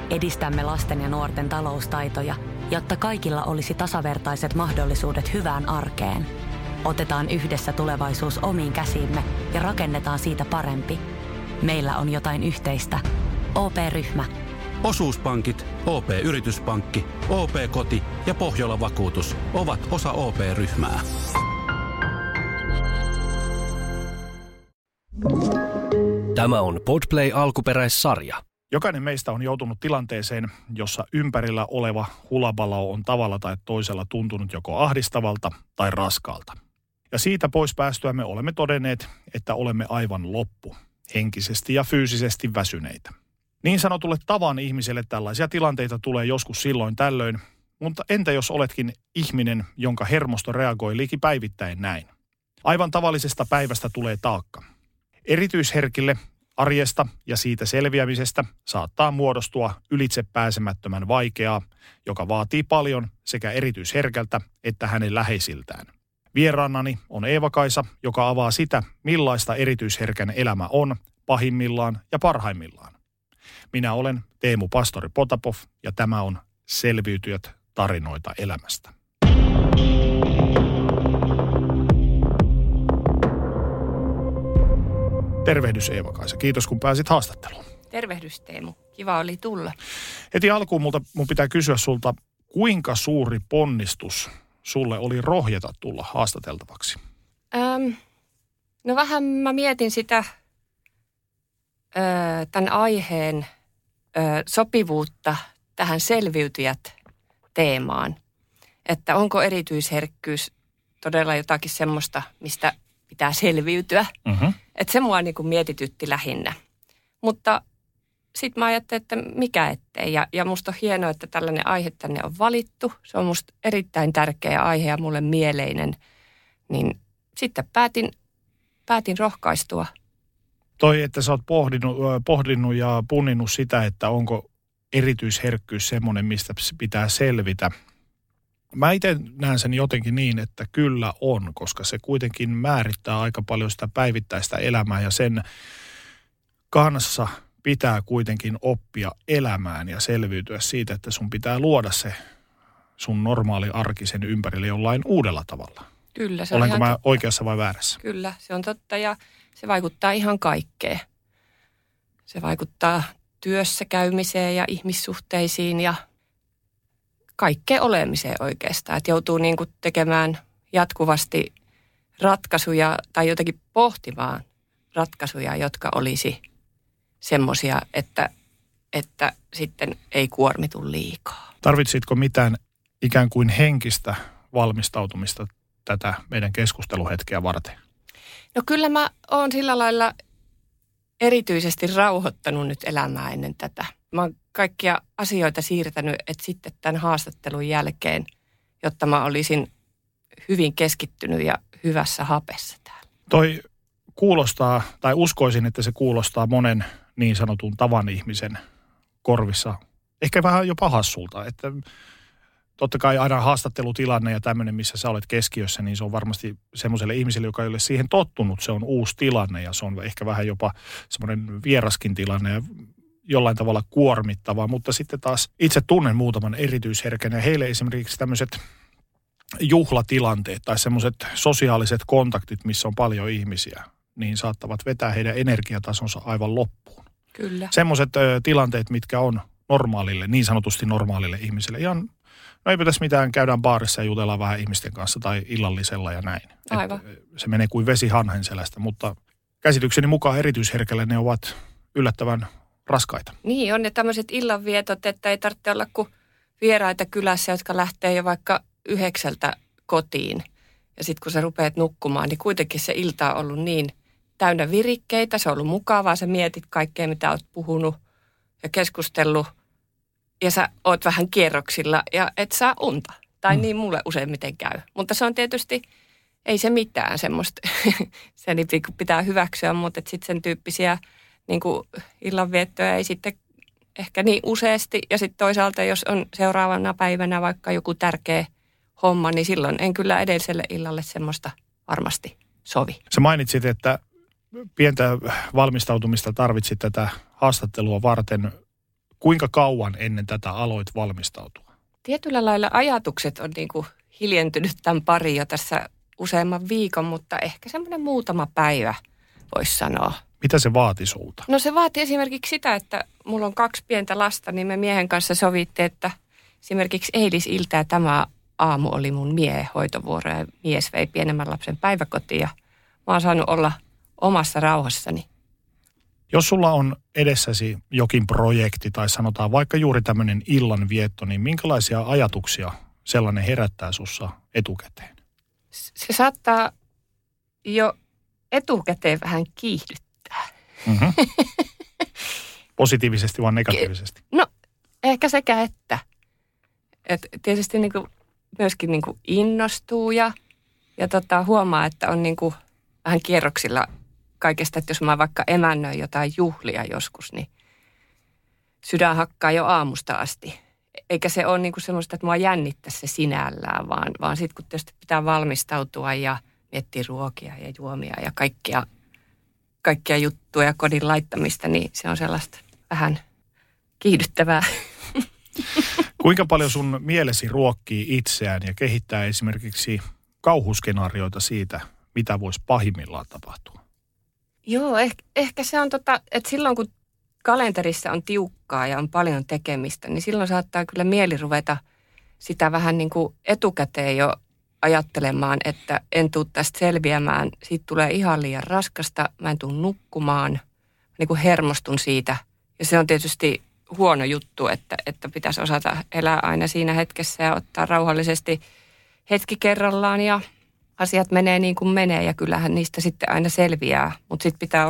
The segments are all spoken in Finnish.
Edistämme lasten ja nuorten taloustaitoja, jotta kaikilla olisi tasavertaiset mahdollisuudet hyvään arkeen. Otetaan yhdessä tulevaisuus omiin käsiimme ja rakennetaan siitä parempi. Meillä on jotain yhteistä. OP-ryhmä. Osuuspankit, OP-yrityspankki, OP-koti ja Pohjola-vakuutus ovat osa OP-ryhmää. Tämä on Podplay alkuperäissarja. Jokainen meistä on joutunut tilanteeseen, jossa ympärillä oleva hulabalo on tavalla tai toisella tuntunut joko ahdistavalta tai raskaalta. Ja siitä pois päästyämme olemme todenneet, että olemme aivan loppu, henkisesti ja fyysisesti väsyneitä. Niin sanotulle tavan ihmiselle tällaisia tilanteita tulee joskus silloin tällöin, mutta entä jos oletkin ihminen, jonka hermosto reagoi liki päivittäin näin? Aivan tavallisesta päivästä tulee taakka. Erityisherkille arjesta ja siitä selviämisestä saattaa muodostua ylitsepääsemättömän vaikeaa, joka vaatii paljon sekä erityisherkältä että hänen läheisiltään. Vieraannani on Eeva-Kaisa, joka avaa sitä, millaista erityisherkän elämä on pahimmillaan ja parhaimmillaan. Minä olen Teemu Pastori Potapov ja tämä on Selviytyjät tarinoita elämästä. Tervehdys Eeva-Kaisa. Kiitos kun pääsit haastatteluun. Tervehdys Teemu. Kiva oli tulla. Heti alkuun mun pitää kysyä sulta, kuinka suuri ponnistus sulle oli rohjeta tulla haastateltavaksi? No vähän mä mietin sitä tämän aiheen sopivuutta tähän selviytyjät-teemaan. Että onko erityisherkkyys todella jotakin semmoista, mistä pitää selviytyä. Mm-hmm. Että se mua niin kuin mietitytti lähinnä. Mutta sitten mä ajattelin, että mikä ettei. Ja musta on hienoa, että tällainen aihe tänne on valittu. Se on musta erittäin tärkeä aihe ja mulle mieleinen. Niin sitten päätin rohkaistua. Toi, että sä oot pohdinnut ja punninnut sitä, että onko erityisherkkyys semmoinen, mistä pitää selvitä. Mä itse näen sen jotenkin niin, että kyllä on, koska se kuitenkin määrittää aika paljon sitä päivittäistä elämää ja sen kanssa pitää kuitenkin oppia elämään ja selviytyä siitä, että sun pitää luoda se sun normaali arki sen ympärille jollain uudella tavalla. Kyllä. Se on Olenko mä oikeassa vai väärässä? Kyllä, se on totta ja se vaikuttaa ihan kaikkeen. Se vaikuttaa työssä käymiseen ja ihmissuhteisiin ja kaikkeen olemiseen oikeastaan. Että joutuu niin kuin tekemään jatkuvasti ratkaisuja tai jotenkin pohtimaan ratkaisuja, jotka olisi semmoisia, että sitten ei kuormitu liikaa. Tarvitsitko mitään ikään kuin henkistä valmistautumista tätä meidän keskusteluhetkeä varten? No kyllä mä oon sillä lailla erityisesti rauhoittanut nyt elämää ennen tätä. Mä oon kaikkia asioita siirtänyt, että sitten tämän haastattelun jälkeen, jotta mä olisin hyvin keskittynyt ja hyvässä hapessa täällä. Toi kuulostaa, tai uskoisin, että se kuulostaa monen niin sanotun tavan ihmisen korvissa ehkä vähän jopa hassulta, että totta kai aina haastattelutilanne ja tämmöinen, missä sä olet keskiössä, niin se on varmasti semmoiselle ihmiselle, joka ei ole siihen tottunut. Se on uusi tilanne ja se on ehkä vähän jopa semmoinen vieraskin tilanne ja jollain tavalla kuormittavaa. Mutta sitten taas itse tunnen muutaman erityisherkän ja heille esimerkiksi tämmöiset juhlatilanteet tai semmoiset sosiaaliset kontaktit, missä on paljon ihmisiä, niin saattavat vetää heidän energiatasonsa aivan loppuun. Kyllä. Semmoiset tilanteet, mitkä on normaalille, niin sanotusti normaalille ihmiselle. Ihan, no ei pitäisi mitään, käydään baarissa ja jutellaan vähän ihmisten kanssa tai illallisella ja näin. Aivan. Se menee kuin vesi hanhen selästä, mutta käsitykseni mukaan erityisherkälle ne ovat yllättävän raskaita. Niin on ne tämmöiset illanvietot, että ei tarvitse olla kuin vieraita kylässä, jotka lähtee jo vaikka 9 kotiin. Ja sitten kun sä rupeat nukkumaan, niin kuitenkin se ilta on ollut niin täynnä virikkeitä. Se on ollut mukavaa, sä mietit kaikkea, mitä oot puhunut ja keskustellut. Ja sä oot vähän kierroksilla ja et saa unta. Tai niin mulle useimmiten käy. Mutta se on tietysti, ei se mitään semmoista. Se pitää hyväksyä, mutta sitten sen tyyppisiä niin kuin illanviettoja ei sitten ehkä niin useasti. Ja sitten toisaalta, jos on seuraavana päivänä vaikka joku tärkeä homma, niin silloin en kyllä edelliselle illalle semmoista varmasti sovi. Sä mainitsit, että pientä valmistautumista tarvitsit tätä haastattelua varten. Kuinka kauan ennen tätä aloit valmistautua? Tietyllä lailla ajatukset on niin kuin hiljentynyt tämän pari jo tässä useamman viikon, mutta ehkä semmoinen muutama päivä voisi sanoa. Mitä se vaati sulta? No se vaati esimerkiksi sitä, että mulla on 2 pientä lasta, niin me miehen kanssa sovittiin, että esimerkiksi eilisiltä ja tämä aamu oli mun miehen hoitovuoro ja mies vei pienemmän lapsen päiväkotiin ja mä oon saanut olla omassa rauhassani. Jos sulla on edessäsi jokin projekti tai sanotaan vaikka juuri tämmöinen illanvietto, niin minkälaisia ajatuksia sellainen herättää sussa etukäteen? Se saattaa jo etukäteen vähän kiihdyttää. Mm-hmm. Positiivisesti vai negatiivisesti? No ehkä sekä että. Et tietysti niin kuin myöskin niin kuin innostuu ja huomaa, että on niin kuin vähän kierroksilla kaikesta, että jos mä vaikka emännöin jotain juhlia joskus, niin sydän hakkaa jo aamusta asti. Eikä se ole niin kuin semmoista, että mua jännittää se sinällään, vaan sitten kun tietysti pitää valmistautua ja miettiä ruokia ja juomia ja kaikkia juttuja ja kodin laittamista, niin se on sellaista vähän kiihdyttävää. Kuinka paljon sun mielesi ruokkii itseään ja kehittää esimerkiksi kauhuskenaarioita siitä, mitä voisi pahimmillaan tapahtua? Joo, ehkä se on että silloin kun kalenterissa on tiukkaa ja on paljon tekemistä, niin silloin saattaa kyllä mieli ruveta sitä vähän niin kuin etukäteen jo ajattelemaan, että en tule tästä selviämään. Siitä tulee ihan liian raskasta, mä en tule nukkumaan, niin kuin hermostun siitä. Ja se on tietysti huono juttu, että pitäisi osata elää aina siinä hetkessä ja ottaa rauhallisesti hetki kerrallaan ja asiat menee niin kuin menee ja kyllähän niistä sitten aina selviää. Mutta sitten pitää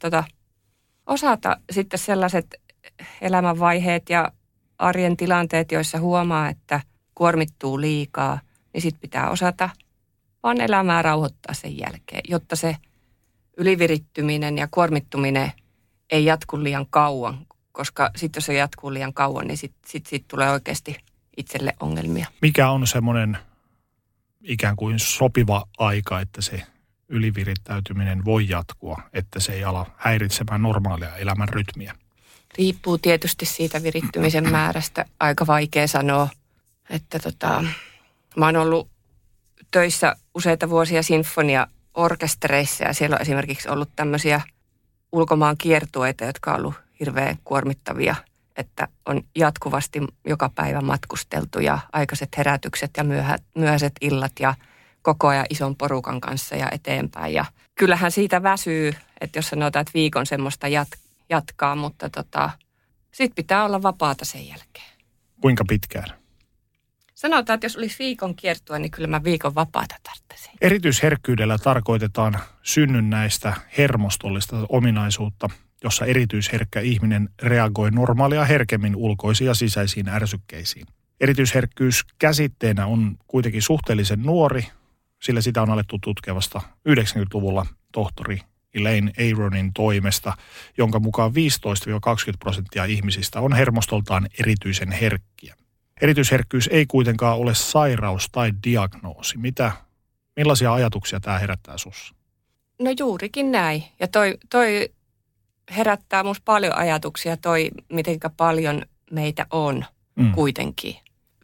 osata sitten sellaiset elämänvaiheet ja arjen tilanteet, joissa huomaa, että kuormittuu liikaa, niin sitten pitää osata vaan elämää rauhoittaa sen jälkeen, jotta se ylivirittyminen ja kuormittuminen ei jatku liian kauan, koska sitten jos se jatkuu liian kauan, niin sit tulee oikeasti itselle ongelmia. Mikä on semmoinen ikään kuin sopiva aika, että se ylivirittäytyminen voi jatkua, että se ei ala häiritsemään normaalia elämän rytmiä? Riippuu tietysti siitä virittymisen määrästä. Aika vaikea sanoa, että mä oon ollut töissä useita vuosia sinfoniaorkestereissa ja siellä on esimerkiksi ollut tämmöisiä ulkomaan kiertueita, jotka on ollut hirveän kuormittavia, että on jatkuvasti joka päivä matkusteltu ja aikaiset herätykset ja myöhäiset illat ja koko ajan ison porukan kanssa ja eteenpäin. Ja kyllähän siitä väsyy, että jos sanotaan, että viikon semmoista jatkaa, mutta sit pitää olla vapaata sen jälkeen. Kuinka pitkään? Sanotaan, että jos olisi viikon kiertua, niin kyllä mä viikon vapaata tarvitsisin. Erityisherkkyydellä tarkoitetaan synnynnäistä hermostollista ominaisuutta, jossa erityisherkkä ihminen reagoi normaalia herkemmin ulkoisiin ja sisäisiin ärsykkeisiin. Erityisherkkyys käsitteenä on kuitenkin suhteellisen nuori, sillä sitä on alettu tutkia vasta 90-luvulla tohtori Elaine Aronin toimesta, jonka mukaan 15-20% ihmisistä on hermostoltaan erityisen herkkiä. Erityisherkkyys ei kuitenkaan ole sairaus tai diagnoosi. Millaisia ajatuksia tämä herättää sussa? No juurikin näin. Ja toi herättää musta paljon ajatuksia, mitenkä paljon meitä on kuitenkin.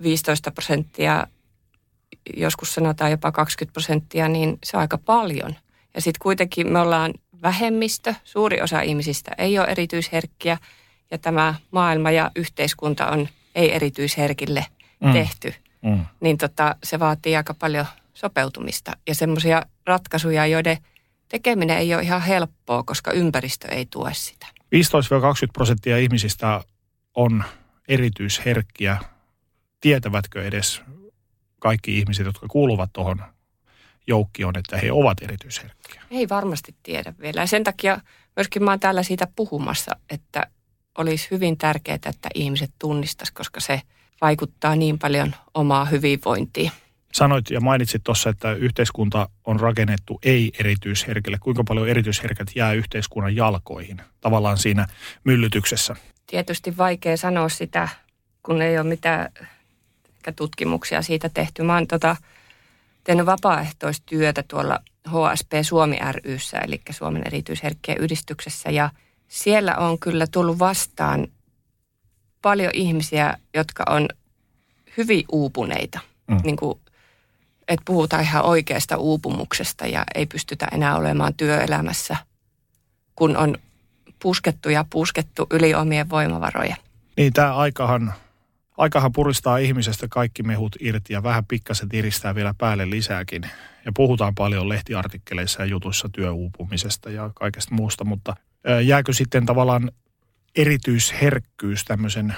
15%, joskus sanotaan jopa 20%, niin se on aika paljon. Ja sitten kuitenkin me ollaan vähemmistö, suuri osa ihmisistä ei ole erityisherkkiä ja tämä maailma ja yhteiskunta on ei-erityisherkille tehty. Niin se vaatii aika paljon sopeutumista ja semmoisia ratkaisuja, joiden tekeminen ei ole ihan helppoa, koska ympäristö ei tue sitä. 15-20% ihmisistä on erityisherkkiä. Tietävätkö edes kaikki ihmiset, jotka kuuluvat tuohon joukkioon, että he ovat erityisherkkiä? Ei varmasti tiedä vielä. Ja sen takia myöskin mä oon täällä siitä puhumassa, että olisi hyvin tärkeää, että ihmiset tunnistaisi, koska se vaikuttaa niin paljon omaa hyvinvointiin. Sanoit ja mainitsit tuossa, että yhteiskunta on rakennettu ei-erityisherkille. Kuinka paljon erityisherkät jää yhteiskunnan jalkoihin tavallaan siinä myllytyksessä? Tietysti vaikea sanoa sitä, kun ei ole mitään tutkimuksia siitä tehty. Mä oon tehnyt vapaaehtoistyötä tuolla HSP Suomi ry:ssä, eli Suomen erityisherkkien yhdistyksessä. Ja siellä on kyllä tullut vastaan paljon ihmisiä, jotka on hyvin uupuneita. Niin kuin, että puhutaan ihan oikeasta uupumuksesta ja ei pystytä enää olemaan työelämässä, kun on puskettu yli omien voimavaroja. Niin, tämä aikahan puristaa ihmisestä kaikki mehut irti ja vähän pikkasen tiristää vielä päälle lisääkin. Ja puhutaan paljon lehtiartikkeleissa ja jutuissa työuupumisesta ja kaikesta muusta, mutta jääkö sitten tavallaan erityisherkkyys tämmöisen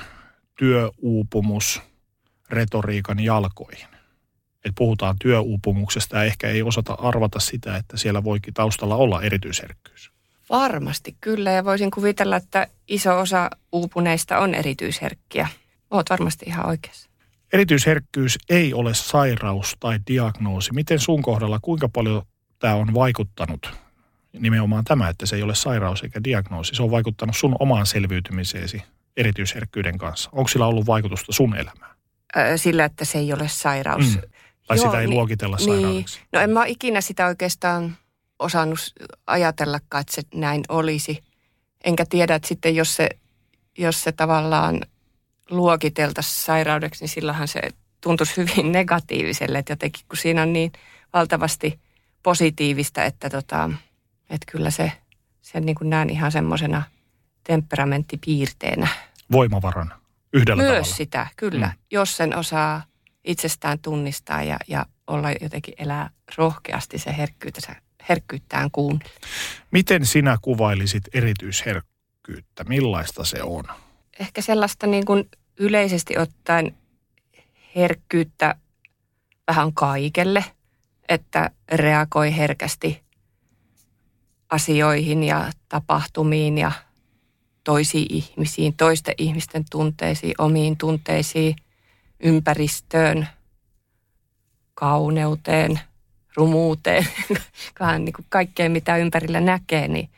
työuupumusretoriikan jalkoihin? Että puhutaan työuupumuksesta ja ehkä ei osata arvata sitä, että siellä voikin taustalla olla erityisherkkyys. Varmasti kyllä, ja voisin kuvitella, että iso osa uupuneista on erityisherkkiä. Olet varmasti ihan oikeassa. Erityisherkkyys ei ole sairaus tai diagnoosi. Miten sun kohdalla, kuinka paljon tämä on vaikuttanut? Nimenomaan tämä, että se ei ole sairaus eikä diagnoosi. Se on vaikuttanut sun omaan selviytymiseesi erityisherkkyyden kanssa. Onko sillä ollut vaikutusta sun elämään? Sillä, että se ei ole sairaus. Tai sitä ei luokitella sairaudeksi. No en mä ole ikinä sitä oikeastaan osannut ajatellakaan, että se näin olisi. Enkä tiedä, että sitten jos se tavallaan luokiteltaisiin sairaudeksi, niin silloinhan se tuntuisi hyvin negatiiviselle. Että jotenkin kun siinä on niin valtavasti positiivista, että kyllä se niin kuin näen ihan semmoisena temperamenttipiirteenä. Voimavarana. Yhdellä Myös tavalla. sitä, kyllä. Jos sen osaa itsestään tunnistaa ja olla jotenkin elää rohkeasti se herkkyyttään kuunnella. Miten sinä kuvailisit erityisherkkyyttä? Millaista se on? Ehkä sellaista niin kuin yleisesti ottaen herkkyyttä vähän kaikelle, että reagoi herkästi asioihin ja tapahtumiin ja toisiin ihmisiin, toisten ihmisten tunteisiin, omiin tunteisiin, ympäristöön, kauneuteen, rumuuteen, niin kuin kaikkeen mitä ympärillä näkee, niin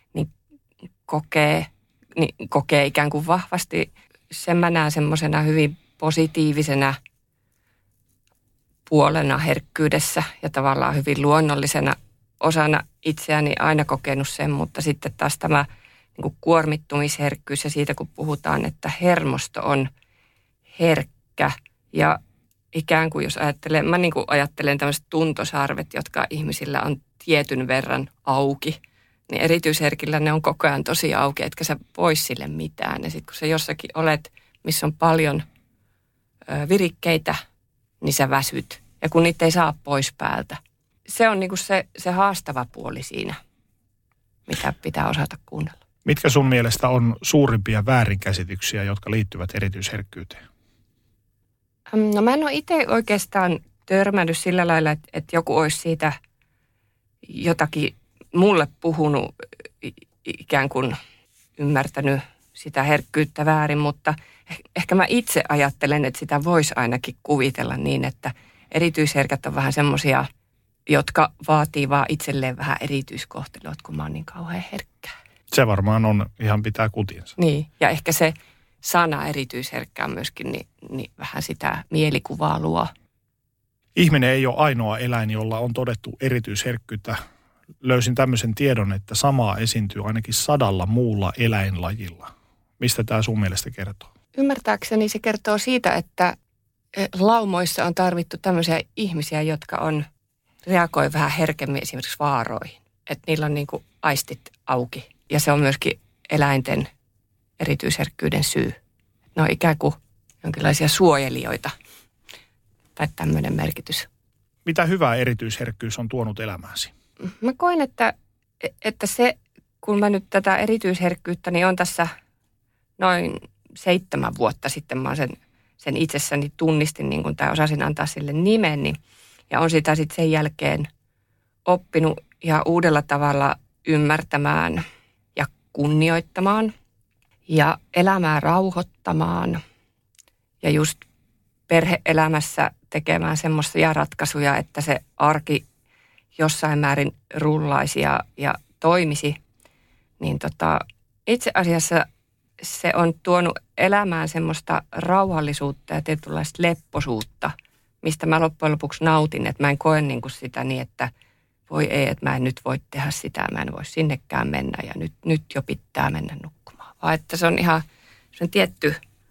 kokee ikään kuin vahvasti. Sen mä näen semmoisena hyvin positiivisena puolena herkkyydessä ja tavallaan hyvin luonnollisena osana itseäni aina kokenut sen, mutta sitten taas tämä niin kuin kuormittumisherkkyys ja siitä kun puhutaan, että hermosto on herkkä ja ikään kuin jos mä niin kuin ajattelen tämmöiset tuntosarvet, jotka ihmisillä on tietyn verran auki, niin erityisherkillä ne on koko ajan tosi auki, etkä sä pois sille mitään. Ja sitten kun sä jossakin olet, missä on paljon virikkeitä, niin sä väsyt. Ja kun niitä ei saa pois päältä. Se on niinku se haastava puoli siinä, mitä pitää osata kuunnella. Mitkä sun mielestä on suurimpia väärinkäsityksiä, jotka liittyvät erityisherkkyyteen? No mä en ole itse oikeastaan törmännyt sillä lailla, että joku olisi siitä jotakin mulle puhunut, ikään kuin ymmärtänyt sitä herkkyyttä väärin, mutta ehkä mä itse ajattelen, että sitä voisi ainakin kuvitella niin, että erityisherkät on vähän semmoisia, jotka vaatii vaan itselleen vähän erityiskohtelua, kun mä oon niin kauhean herkkää. Se varmaan on, ihan pitää kutinsa. Niin, ja ehkä se sana erityisherkkää myöskin, niin vähän sitä mielikuvaa luo. Ihminen ei ole ainoa eläin, jolla on todettu erityisherkkyyttä. Löysin tämmöisen tiedon, että samaa esiintyy ainakin 100 muulla eläinlajilla. Mistä tämä sun mielestä kertoo? Ymmärtääkseni se kertoo siitä, että laumoissa on tarvittu tämmöisiä ihmisiä, jotka reagoi vähän herkemmin esimerkiksi vaaroihin. Että niillä on niin kuin aistit auki. Ja se on myöskin eläinten erityisherkkyyden syy. Ne on ikään kuin jonkinlaisia suojelijoita tai tämmöinen merkitys. Mitä hyvää erityisherkkyys on tuonut elämääsi? Mä koen, että se, kun mä nyt tätä erityisherkkyyttä, niin on tässä noin 7 vuotta sitten mä sen itsessäni tunnistin, niin kun osasin antaa sille nimen, niin, ja on sitä sitten sen jälkeen oppinut ihan uudella tavalla ymmärtämään ja kunnioittamaan ja elämää rauhoittamaan ja just perhe-elämässä tekemään semmoisia ratkaisuja, että se arki jossain määrin rullaisi ja toimisi, niin itse asiassa se on tuonut elämään semmoista rauhallisuutta ja tietynlaista lepposuutta, mistä mä loppujen lopuksi nautin, että mä en koe niin kuin sitä niin, että voi ei, että mä en nyt voi tehdä sitä, mä en voi sinnekään mennä ja nyt jo pitää mennä nukkumaan. Vaan että se on ihan se on tietty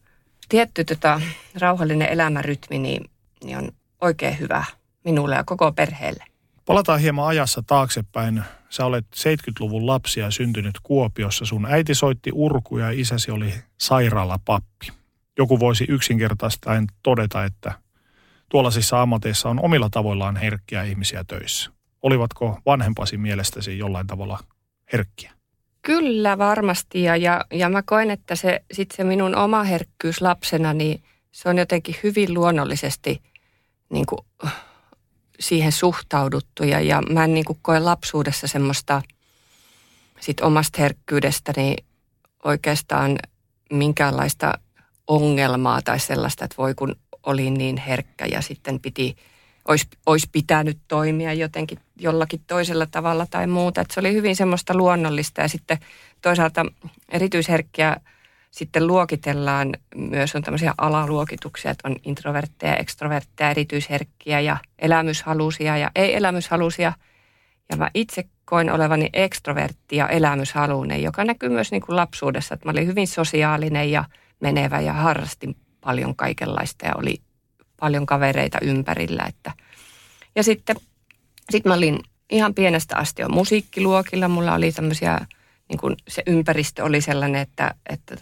Tietty rauhallinen elämänrytmi niin on oikein hyvä minulle ja koko perheelle. Palataan hieman ajassa taaksepäin. Sä olet 70-luvun lapsi ja syntynyt Kuopiossa. Sun äiti soitti urkuja ja isäsi oli sairaalapappi. Joku voisi yksinkertaistaen todeta, että tuollaisissa ammateissa on omilla tavoillaan herkkiä ihmisiä töissä. Olivatko vanhempasi mielestäsi jollain tavalla herkkiä? Kyllä varmasti ja mä koen, että se minun oma herkkyys lapsena, niin se on jotenkin hyvin luonnollisesti niin kuin siihen suhtauduttu ja mä en niin kuin koe lapsuudessa semmoista sit omasta herkkyydestäni oikeastaan minkäänlaista ongelmaa tai sellaista, että voi kun olin niin herkkä ja sitten olisi pitänyt toimia jotenkin jollakin toisella tavalla tai muuta. Että se oli hyvin semmoista luonnollista ja sitten toisaalta erityisherkkiä sitten luokitellaan myös, on tämmöisiä alaluokituksia, että on introvertteja, ekstrovertteja, erityisherkkiä ja elämyshaluisia ja ei-elämyshaluisia. Ja mä itse koin olevani ekstrovertti ja elämyshaluinen, joka näkyy myös niin kuin lapsuudessa, että mä olin hyvin sosiaalinen ja menevä ja harrastin paljon kaikenlaista ja oli paljon kavereita ympärillä. Ja sitten mä olin ihan pienestä asti jo musiikkiluokilla. Mulla oli tämmöisiä, niin kuin se ympäristö oli sellainen, että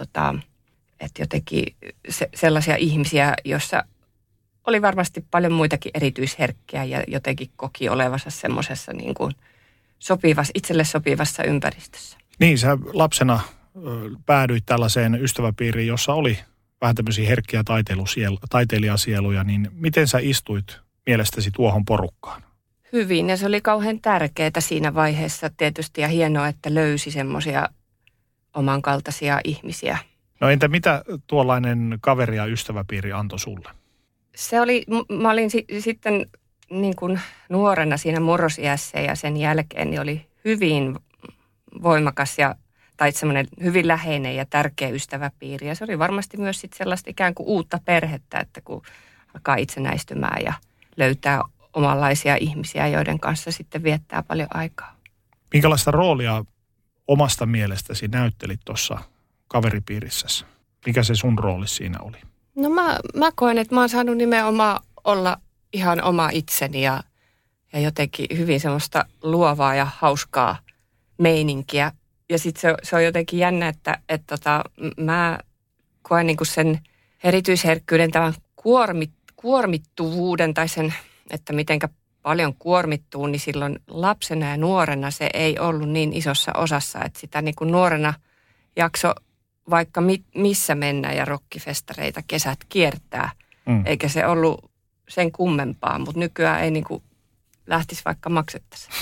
jotenkin sellaisia ihmisiä, joissa oli varmasti paljon muitakin erityisherkkiä ja jotenkin koki olevansa semmoisessa niin kuin itselle sopivassa ympäristössä. Niin, sä lapsena päädyit tällaiseen ystäväpiiriin, jossa oli vähän tämmöisiä herkkiä taiteilijasieluja, niin miten sä istuit mielestäsi tuohon porukkaan? Hyvin, ja se oli kauhean tärkeää siinä vaiheessa tietysti ja hienoa, että löysi semmoisia omankaltaisia ihmisiä. No entä mitä tuollainen kaveri- ja ystäväpiiri antoi sulle? Mä olin sitten niin kuin nuorena siinä murrosiässä ja sen jälkeen niin oli hyvin voimakas tai semmoinen hyvin läheinen ja tärkeä ystäväpiiri. Ja se oli varmasti myös sitten sellaista ikään kuin uutta perhettä, että kun alkaa itsenäistymään ja löytää omanlaisia ihmisiä, joiden kanssa sitten viettää paljon aikaa. Minkälaista roolia omasta mielestäsi näyttelit tuossa kaveripiirissäsi? Mikä se sun rooli siinä oli? No mä koen, että mä oon saanut nimenomaan olla ihan oma itseni ja jotenkin hyvin semmoista luovaa ja hauskaa meininkiä. Ja sitten se on jotenkin jännä, että mä koen niinku sen erityisherkkyyden, tämän kuormittuvuuden tai sen, että mitenkä paljon kuormittuu, niin silloin lapsena ja nuorena se ei ollut niin isossa osassa, että sitä niinku nuorena jakso vaikka missä mennä ja rokkifestareita kesät kiertää, eikä se ollut sen kummempaa, mutta nykyään ei niinku lähtisi vaikka maksettaisiin.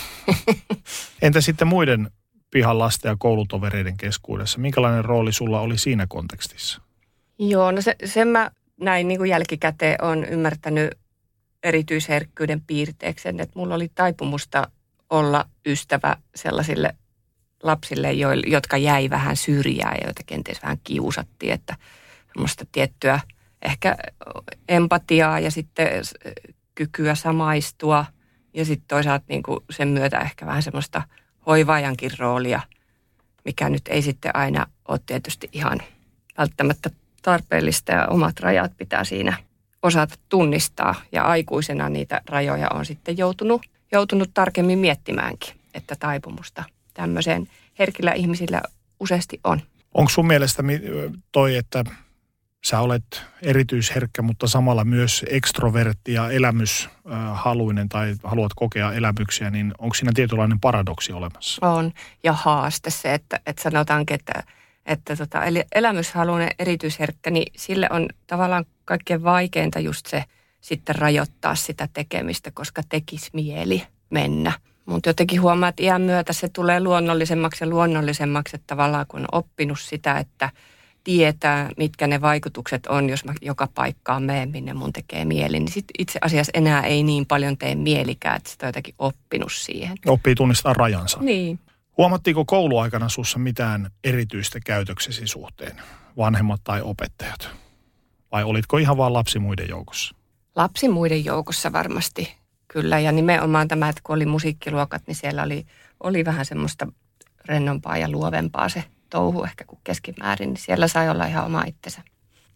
Entä sitten muiden pihan lasten ja koulutovereiden keskuudessa? Minkälainen rooli sulla oli siinä kontekstissa? Joo, no sen mä näin niin kuin jälkikäteen on ymmärtänyt erityisherkkyyden piirteeksi, että mulla oli taipumusta olla ystävä sellaisille lapsille, jotka jäi vähän syrjään ja joita kenties vähän kiusattiin, että semmoista tiettyä ehkä empatiaa ja sitten kykyä samaistua ja sitten toisaalta niin kuin sen myötä ehkä vähän semmoista hoivaajankin roolia, mikä nyt ei sitten aina ole tietysti ihan välttämättä tarpeellista ja omat rajat pitää siinä osata tunnistaa. Ja aikuisena niitä rajoja on sitten joutunut tarkemmin miettimäänkin, että taipumusta tämmöiseen herkillä ihmisillä useasti on. Onko sun mielestä että sä olet erityisherkkä, mutta samalla myös ekstrovertti ja elämyshaluinen tai haluat kokea elämyksiä, niin onko siinä tietynlainen paradoksi olemassa? On, ja haaste se, että sanotaankin, että elämyshaluinen erityisherkkä, niin sille on tavallaan kaikkein vaikeinta just se sitten rajoittaa sitä tekemistä, koska tekisi mieli mennä. Mutta jotenkin huomaa, että iän myötä se tulee luonnollisemmaksi ja luonnollisemmaksi, että tavallaan kun on oppinut sitä, että tietää, mitkä ne vaikutukset on, jos mä joka paikkaan menen, minne mun tekee mieli, niin sitten itse asiassa enää ei niin paljon tee mielikään, että sitä on jotenkin oppinut siihen. Oppii tunnistaa rajansa. Niin. Huomattiinko kouluaikana sussa mitään erityistä käytöksesi suhteen, vanhemmat tai opettajat? Vai olitko ihan vaan lapsi muiden joukossa? Lapsi muiden joukossa varmasti, kyllä. Ja nimenomaan tämä, että kun oli musiikkiluokat, niin siellä oli vähän semmoista rennompaa ja luovempaa se touhu ehkä kuin keskimäärin, niin siellä sai olla ihan oma itsensä.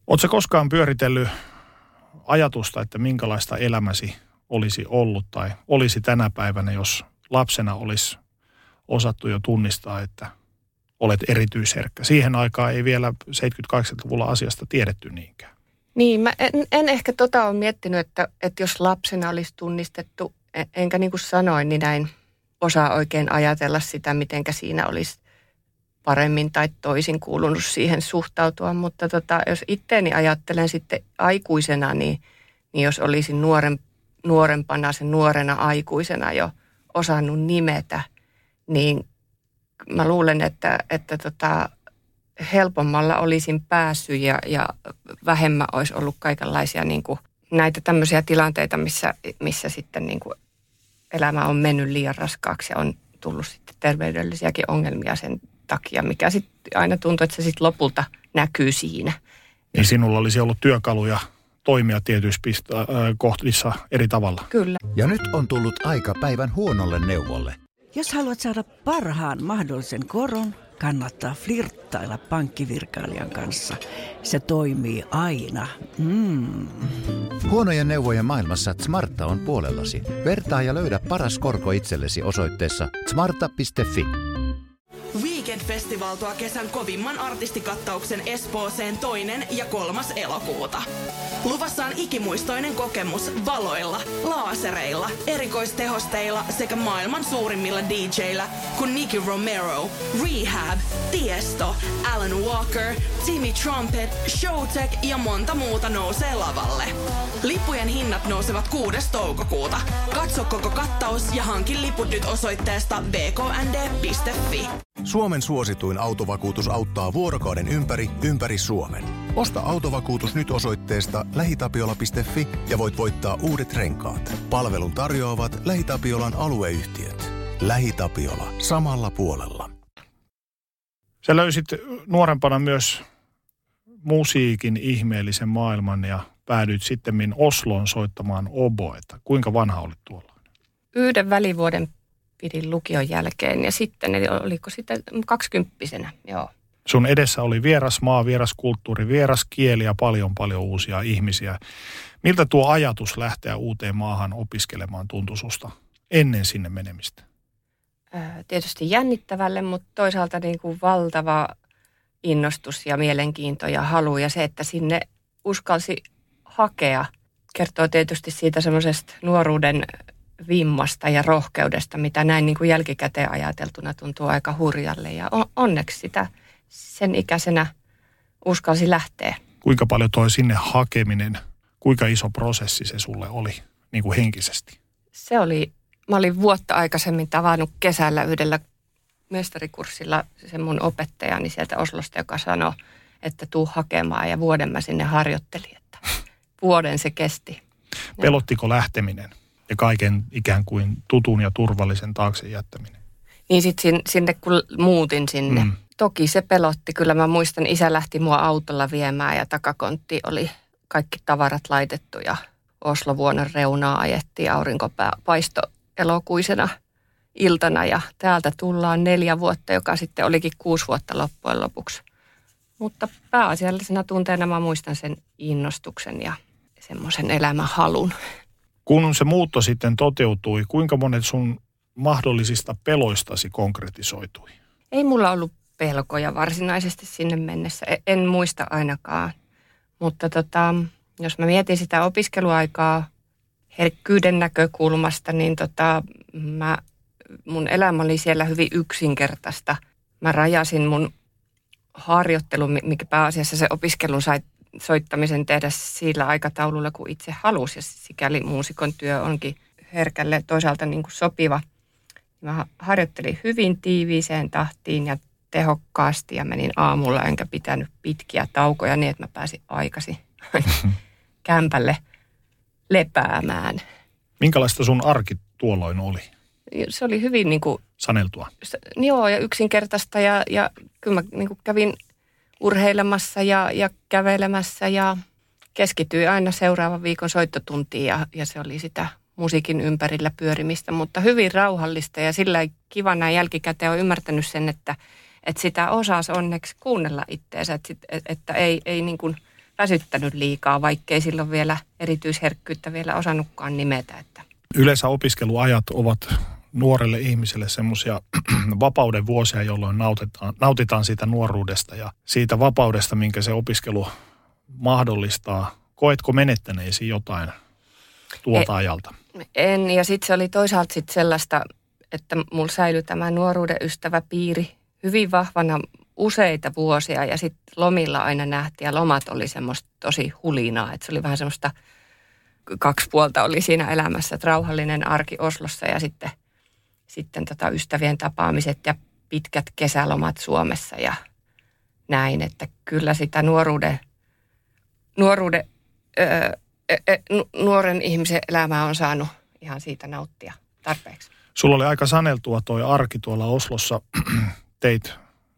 Oletko koskaan pyöritellyt ajatusta, että minkälaista elämäsi olisi ollut tai olisi tänä päivänä, jos lapsena olisi osattu jo tunnistaa, että olet erityisherkkä? Siihen aikaan ei vielä 70-80-luvulla asiasta tiedetty niinkään. Niin, mä en ehkä ole miettinyt, että jos lapsena olisi tunnistettu, enkä niin kuin sanoin, niin näin osaa oikein ajatella sitä, mitenkä siinä olisi paremmin tai toisin kuulunut siihen suhtautua. Mutta jos itteeni ajattelen sitten aikuisena, niin jos olisin nuorempana, sen nuorena aikuisena jo osannut nimetä, niin mä luulen, että helpommalla olisin päässyt ja vähemmän olisi ollut kaikenlaisia niin kuin näitä tämmöisiä tilanteita, missä sitten niin kuin elämä on mennyt liian raskaaksi ja on tullut sitten terveydellisiäkin ongelmia sen takia, mikä sitten aina tuntuu, että se sitten lopulta näkyy siinä. Niin sinulla olisi ollut työkaluja toimia tietyissä kohdissa eri tavalla. Kyllä. Ja nyt on tullut aika päivän huonolle neuvolle. Jos haluat saada parhaan mahdollisen koron, kannattaa flirttailla pankkivirkailijan kanssa. Se toimii aina. Huonojen neuvojen maailmassa Smarta on puolellasi. Vertaa ja löydä paras korko itsellesi osoitteessa smarta.fi. Weekend-festival tuo kesän kovimman artistikattauksen Espooseen 2. ja 3. elokuuta. Luvassa on ikimuistoinen kokemus valoilla, laasereilla, erikoistehosteilla sekä maailman suurimmilla DJillä kuin Nicky Romero, Rehab, Tiesto, Alan Walker, Timmy Trumpet, Showtek ja monta muuta nousee lavalle. Lippujen hinnat nousevat 6. toukokuuta. Katso koko kattaus ja hankin liput nyt osoitteesta bknd.fi. Suomen suosituin autovakuutus auttaa vuorokauden ympäri Suomen. Osta autovakuutus nyt osoitteesta lähitapiola.fi ja voit voittaa uudet renkaat. Palvelun tarjoavat LähiTapiolan alueyhtiöt. LähiTapiola. Samalla puolella. Sä löysit nuorempana myös musiikin ihmeellisen maailman ja päädyit sittemmin Osloon soittamaan oboeta. Kuinka vanha olit tuolloin? 1 välivuoden pidin lukion jälkeen ja sitten, eli oliko sitten 20-vuotiaana, joo. Sun edessä oli vieras maa, vieras kulttuuri, vieras kieli ja paljon uusia ihmisiä. Miltä tuo ajatus lähteä uuteen maahan opiskelemaan tuntui susta ennen sinne menemistä? Tietysti jännittävälle, mutta toisaalta niin kuin valtava innostus ja mielenkiinto ja halu. Ja se, että sinne uskalsi hakea, kertoo tietysti siitä semmoisesta nuoruuden vimmasta ja rohkeudesta, mitä näin niin kuin jälkikäteen ajateltuna tuntuu aika hurjalle. Ja onneksi sitä sen ikäisenä uskalsi lähteä. Kuinka paljon toi sinne hakeminen, kuinka iso prosessi se sulle oli niin kuin henkisesti? Mä olin vuotta aikaisemmin tavannut kesällä yhdellä mestarikurssilla sen mun opettajani sieltä Oslosta, joka sanoi, että tuu hakemaan, ja vuoden mä sinne harjoittelin, että vuoden se kesti. Pelottiko lähteminen ja kaiken ikään kuin tutun ja turvallisen taakse jättäminen? Niin sitten sinne kun muutin sinne. Toki se pelotti. Kyllä mä muistan, isä lähti mua autolla viemään ja takakontti oli kaikki tavarat laitettu ja Oslo-vuonon reunaa ajettiin, aurinko paisto elokuisena iltana ja täältä tullaan 4 vuotta, joka sitten olikin 6 vuotta loppujen lopuksi. Mutta pääasiallisena tunteena mä muistan sen innostuksen ja semmoisen elämänhalun. Kun se muutto sitten toteutui, kuinka monet sun mahdollisista peloistasi konkretisoitui? Ei mulla ollut pelkoja varsinaisesti sinne mennessä. En muista ainakaan. Mutta jos mä mietin sitä opiskeluaikaa herkkyyden näkökulmasta, niin mun elämä oli siellä hyvin yksinkertaista. Mä rajasin mun harjoittelun, mikä pääasiassa se opiskelun sai soittamisen tehdä sillä aikataululla, kun itse halusi. Ja sikäli muusikon työ onkin herkälle toisaalta niin kuin sopiva. Mä harjoittelin hyvin tiiviiseen tahtiin ja tehokkaasti ja menin aamulla enkä pitänyt pitkiä taukoja niin, että mä pääsin aikaisin kämpälle lepäämään. Minkälaista sun arki tuolloin oli? Se oli hyvin niin kuin saneltua. Joo, ja yksinkertaista ja kyllä mä niin kuin kävin urheilemassa ja kävelemässä ja keskityin aina seuraavan viikon soittotuntiin ja se oli sitä musiikin ympärillä pyörimistä, mutta hyvin rauhallista ja sillä kivana jälkikäteen on ymmärtänyt sen, että sitä osasi onneksi kuunnella itteensä, että ei niin kuin väsyttänyt liikaa, vaikkei silloin vielä erityisherkkyyttä vielä osannutkaan nimetä. Että. Yleensä opiskeluajat ovat nuorelle ihmiselle semmoisia vapauden vuosia, jolloin nautitaan siitä nuoruudesta ja siitä vapaudesta, minkä se opiskelu mahdollistaa. Koetko menettäneesi jotain tuolta ajalta? En, ja sitten se oli toisaalta sit sellaista, että mulla säilyi tämä nuoruuden ystäväpiiri hyvin vahvana useita vuosia, ja sitten lomilla aina nähtiin, ja lomat oli semmoista tosi hulinaa, että se oli vähän semmoista, 2 puolta oli siinä elämässä, että rauhallinen arki Oslossa ja sitten ystävien tapaamiset ja pitkät kesälomat Suomessa ja näin, että kyllä sitä nuoren ihmisen elämää on saanut ihan siitä nauttia tarpeeksi. Sulla oli aika saneltua toi arki tuolla Oslossa. Teit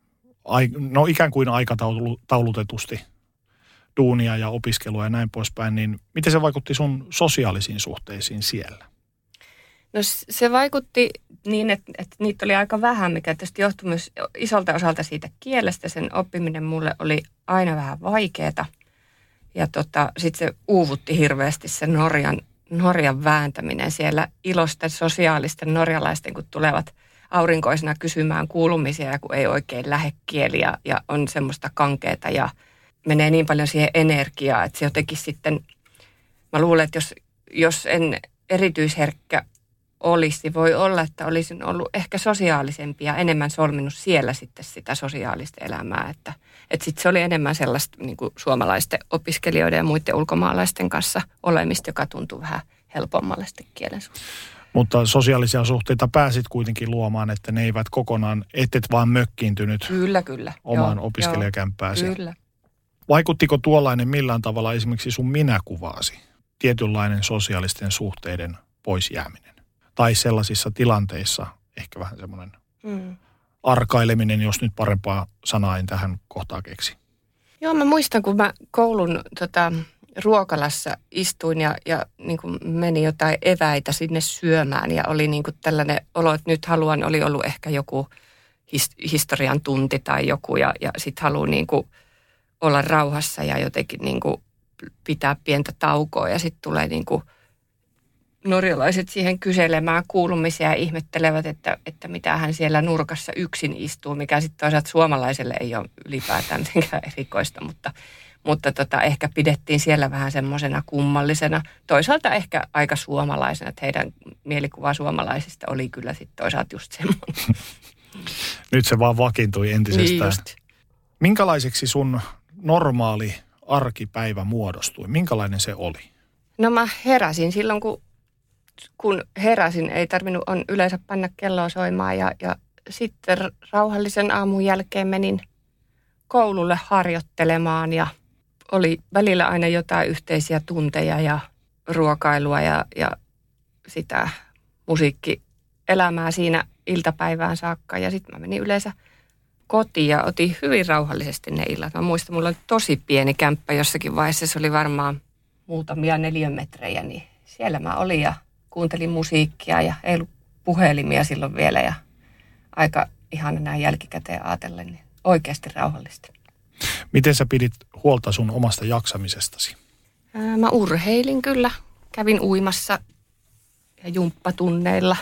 ikään kuin aikataulutetusti duunia ja opiskelua ja näin poispäin, niin miten se vaikutti sun sosiaalisiin suhteisiin siellä? No se vaikutti niin, että niitä oli aika vähän, mikä tietysti johtui myös isolta osalta siitä kielestä. Sen oppiminen mulle oli aina vähän vaikeaa. Ja sitten se uuvutti hirveästi se Norjan vääntäminen siellä ilosten sosiaalisten norjalaisten, kun tulevat aurinkoisena kysymään kuulumisia ja kun ei oikein lähde kieli ja on semmoista kankeeta ja menee niin paljon siihen energiaa, että se jotenkin sitten, mä luulen, että jos en erityisherkkä olisi, voi olla, että olisin ollut ehkä sosiaalisempi ja enemmän solminut siellä sitten sitä sosiaalista elämää, että sitten se oli enemmän sellaista niin kuin suomalaisten opiskelijoiden ja muiden ulkomaalaisten kanssa olemista, joka tuntuu vähän helpommalle sitten kielen suhteen. Mutta sosiaalisia suhteita pääsit kuitenkin luomaan, että ne eivät kokonaan, et vaan mökkiintynyt kyllä. omaan opiskelijakämppääsi. Kyllä. Vaikuttiko tuollainen millään tavalla esimerkiksi sun minäkuvaasi, tietynlainen sosiaalisten suhteiden pois jääminen? Tai sellaisissa tilanteissa ehkä vähän semmoinen arkaileminen, jos nyt parempaa sanaa en tähän kohtaan keksi. Joo, mä muistan, kun mä koulun ruokalassa istuin ja niin kuin meni jotain eväitä sinne syömään ja oli niin kuin tällainen olo, että nyt oli ollut ehkä joku historian tunti tai joku ja sitten haluan niin kuin olla rauhassa ja jotenkin niin kuin pitää pientä taukoa ja sitten tulee niin kuin norjalaiset siihen kyselemään kuulumisia ja ihmettelevät, että mitä hän siellä nurkassa yksin istuu, mikä sitten toisaalta suomalaiselle ei ole ylipäätään mitenkään erikoista, mutta ehkä pidettiin siellä vähän semmoisena kummallisena. Toisaalta ehkä aika suomalaisena, että heidän mielikuva suomalaisista oli kyllä sitten toisaalta just semmoinen. Nyt se vaan vakiintui entisestään. Niin minkälaiseksi sun normaali arkipäivä muodostui? Minkälainen se oli? No mä heräsin silloin, kun heräsin, ei tarvinnut yleensä panna kelloa soimaan ja sitten rauhallisen aamun jälkeen menin koululle harjoittelemaan ja oli välillä aina jotain yhteisiä tunteja ja ruokailua ja sitä musiikkielämää siinä iltapäivään saakka. Ja sitten mä menin yleensä kotiin ja otin hyvin rauhallisesti ne illat. Mä muistan, mulla oli tosi pieni kämppä jossakin vaiheessa, se oli varmaan muutamia neliömetrejä, niin siellä mä olin ja kuuntelin musiikkia ja ei ollut puhelimia silloin vielä ja aika ihana näin jälkikäteen ajatellen, niin oikeasti rauhallista. Miten sä pidit huolta sun omasta jaksamisestasi? Mä urheilin kyllä. Kävin uimassa ja jumppatunneilla.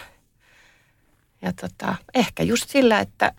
Ja ehkä just sillä, että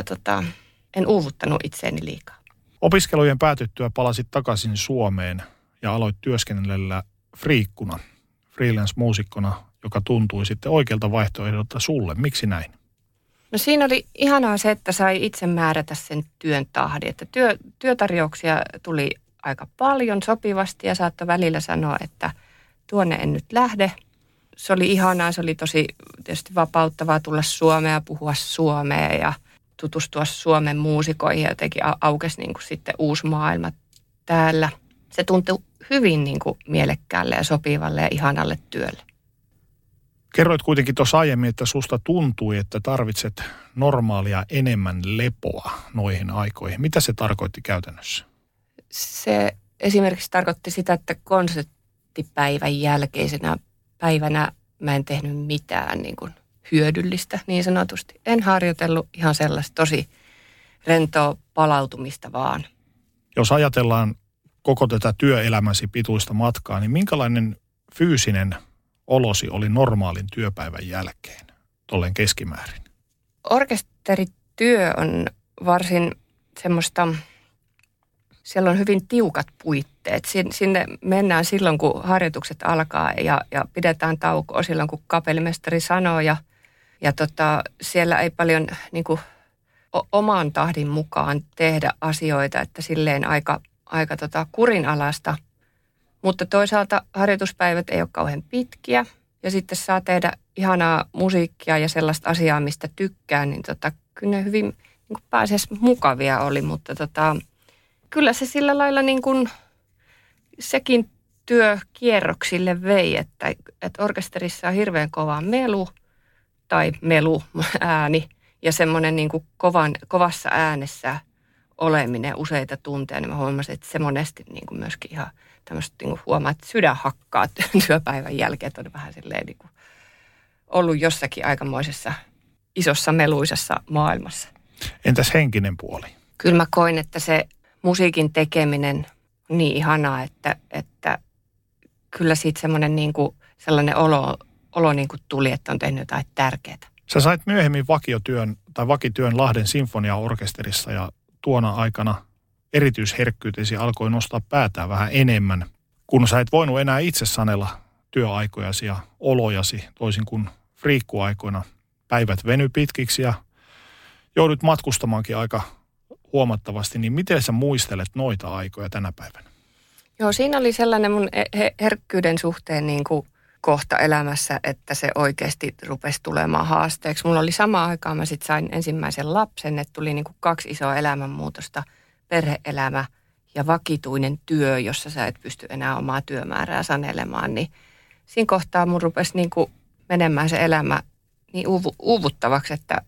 en uuvuttanut itseäni liikaa. Opiskelujen päätyttyä palasit takaisin Suomeen ja aloit työskennellä friikkuna, freelance-muusikkona, joka tuntui sitten oikealta vaihtoehdolta sulle. Miksi näin? No siinä oli ihanaa se, että sai itse määrätä sen työn tahdin. Että työtarjouksia tuli aika paljon sopivasti ja saattoi välillä sanoa, että tuonne en nyt lähde. Se oli ihanaa, se oli tosi tietysti vapauttavaa tulla Suomeen ja puhua suomea ja tutustua Suomen muusikoihin ja jotenkin aukesi niin kuin sitten uusi maailma täällä. Se tuntui hyvin niin kuin mielekkäälle ja sopivalle ja ihanalle työlle. Kerroit kuitenkin tuossa aiemmin, että susta tuntui, että tarvitset normaalia enemmän lepoa noihin aikoihin. Mitä se tarkoitti käytännössä? Se esimerkiksi tarkoitti sitä, että konserttipäivän jälkeisenä päivänä mä en tehnyt mitään niin kuin hyödyllistä niin sanotusti. En harjoitellut ihan sellaista tosi rentoa palautumista vaan. Jos ajatellaan koko tätä työelämäsi pituista matkaa, niin minkälainen fyysinen olosi oli normaalin työpäivän jälkeen, tolleen keskimäärin? Orkesterityö on varsin semmoista, siellä on hyvin tiukat puitteet. Sinne mennään silloin, kun harjoitukset alkaa ja pidetään taukoa silloin, kun kapellimestari sanoo. Ja siellä ei paljon niin kuin, oman tahdin mukaan tehdä asioita, että silleen aika kurinalaista. Mutta toisaalta harjoituspäivät ei ole kauhean pitkiä ja sitten saa tehdä ihanaa musiikkia ja sellaista asiaa, mistä tykkää, niin kyllä ne hyvin niin kuin mukavia oli, mutta kyllä se sillä lailla niin kuin sekin työ kierroksille vei, että orkesterissa on hirveän kova ääni ja semmoinen niin kuin kovassa äänessä oleminen useita tunteja, niin mä huomasin, että se monesti niin kuin myöskin ihan tämmöistä niin kuin huomaa, että sydän hakkaa työpäivän jälkeen, että on vähän silleen niin kuin ollut jossakin aikamoisessa isossa meluisessa maailmassa. Entäs henkinen puoli? Kyllä mä koin, että se musiikin tekeminen on niin ihanaa, että kyllä siitä semmoinen niin kuin sellainen olo niin kuin tuli, että on tehnyt jotain tärkeää. Sä sait myöhemmin vakityön Lahden sinfoniaorkesterissa ja tuona aikana erityisherkkyytesi alkoi nostaa päätään vähän enemmän, kun sä et voinut enää itse sanella työaikojasi ja olojasi, toisin kuin friikkuaikoina. Päivät veny pitkiksi ja joudut matkustamaankin aika huomattavasti, niin miten sä muistelet noita aikoja tänä päivänä? Joo, siinä oli sellainen mun herkkyyden suhteen niin kuin kohta elämässä, että se oikeasti rupesi tulemaan haasteeksi. Mulla oli samaan aikaan, mä sitten sain ensimmäisen lapsen, että tuli niin kuin 2 isoa elämänmuutosta, perhe-elämä ja vakituinen työ, jossa sä et pysty enää omaa työmäärää sanelemaan, niin siinä kohtaa mun rupesi niin kuin menemään se elämä niin uuvuttavaksi, että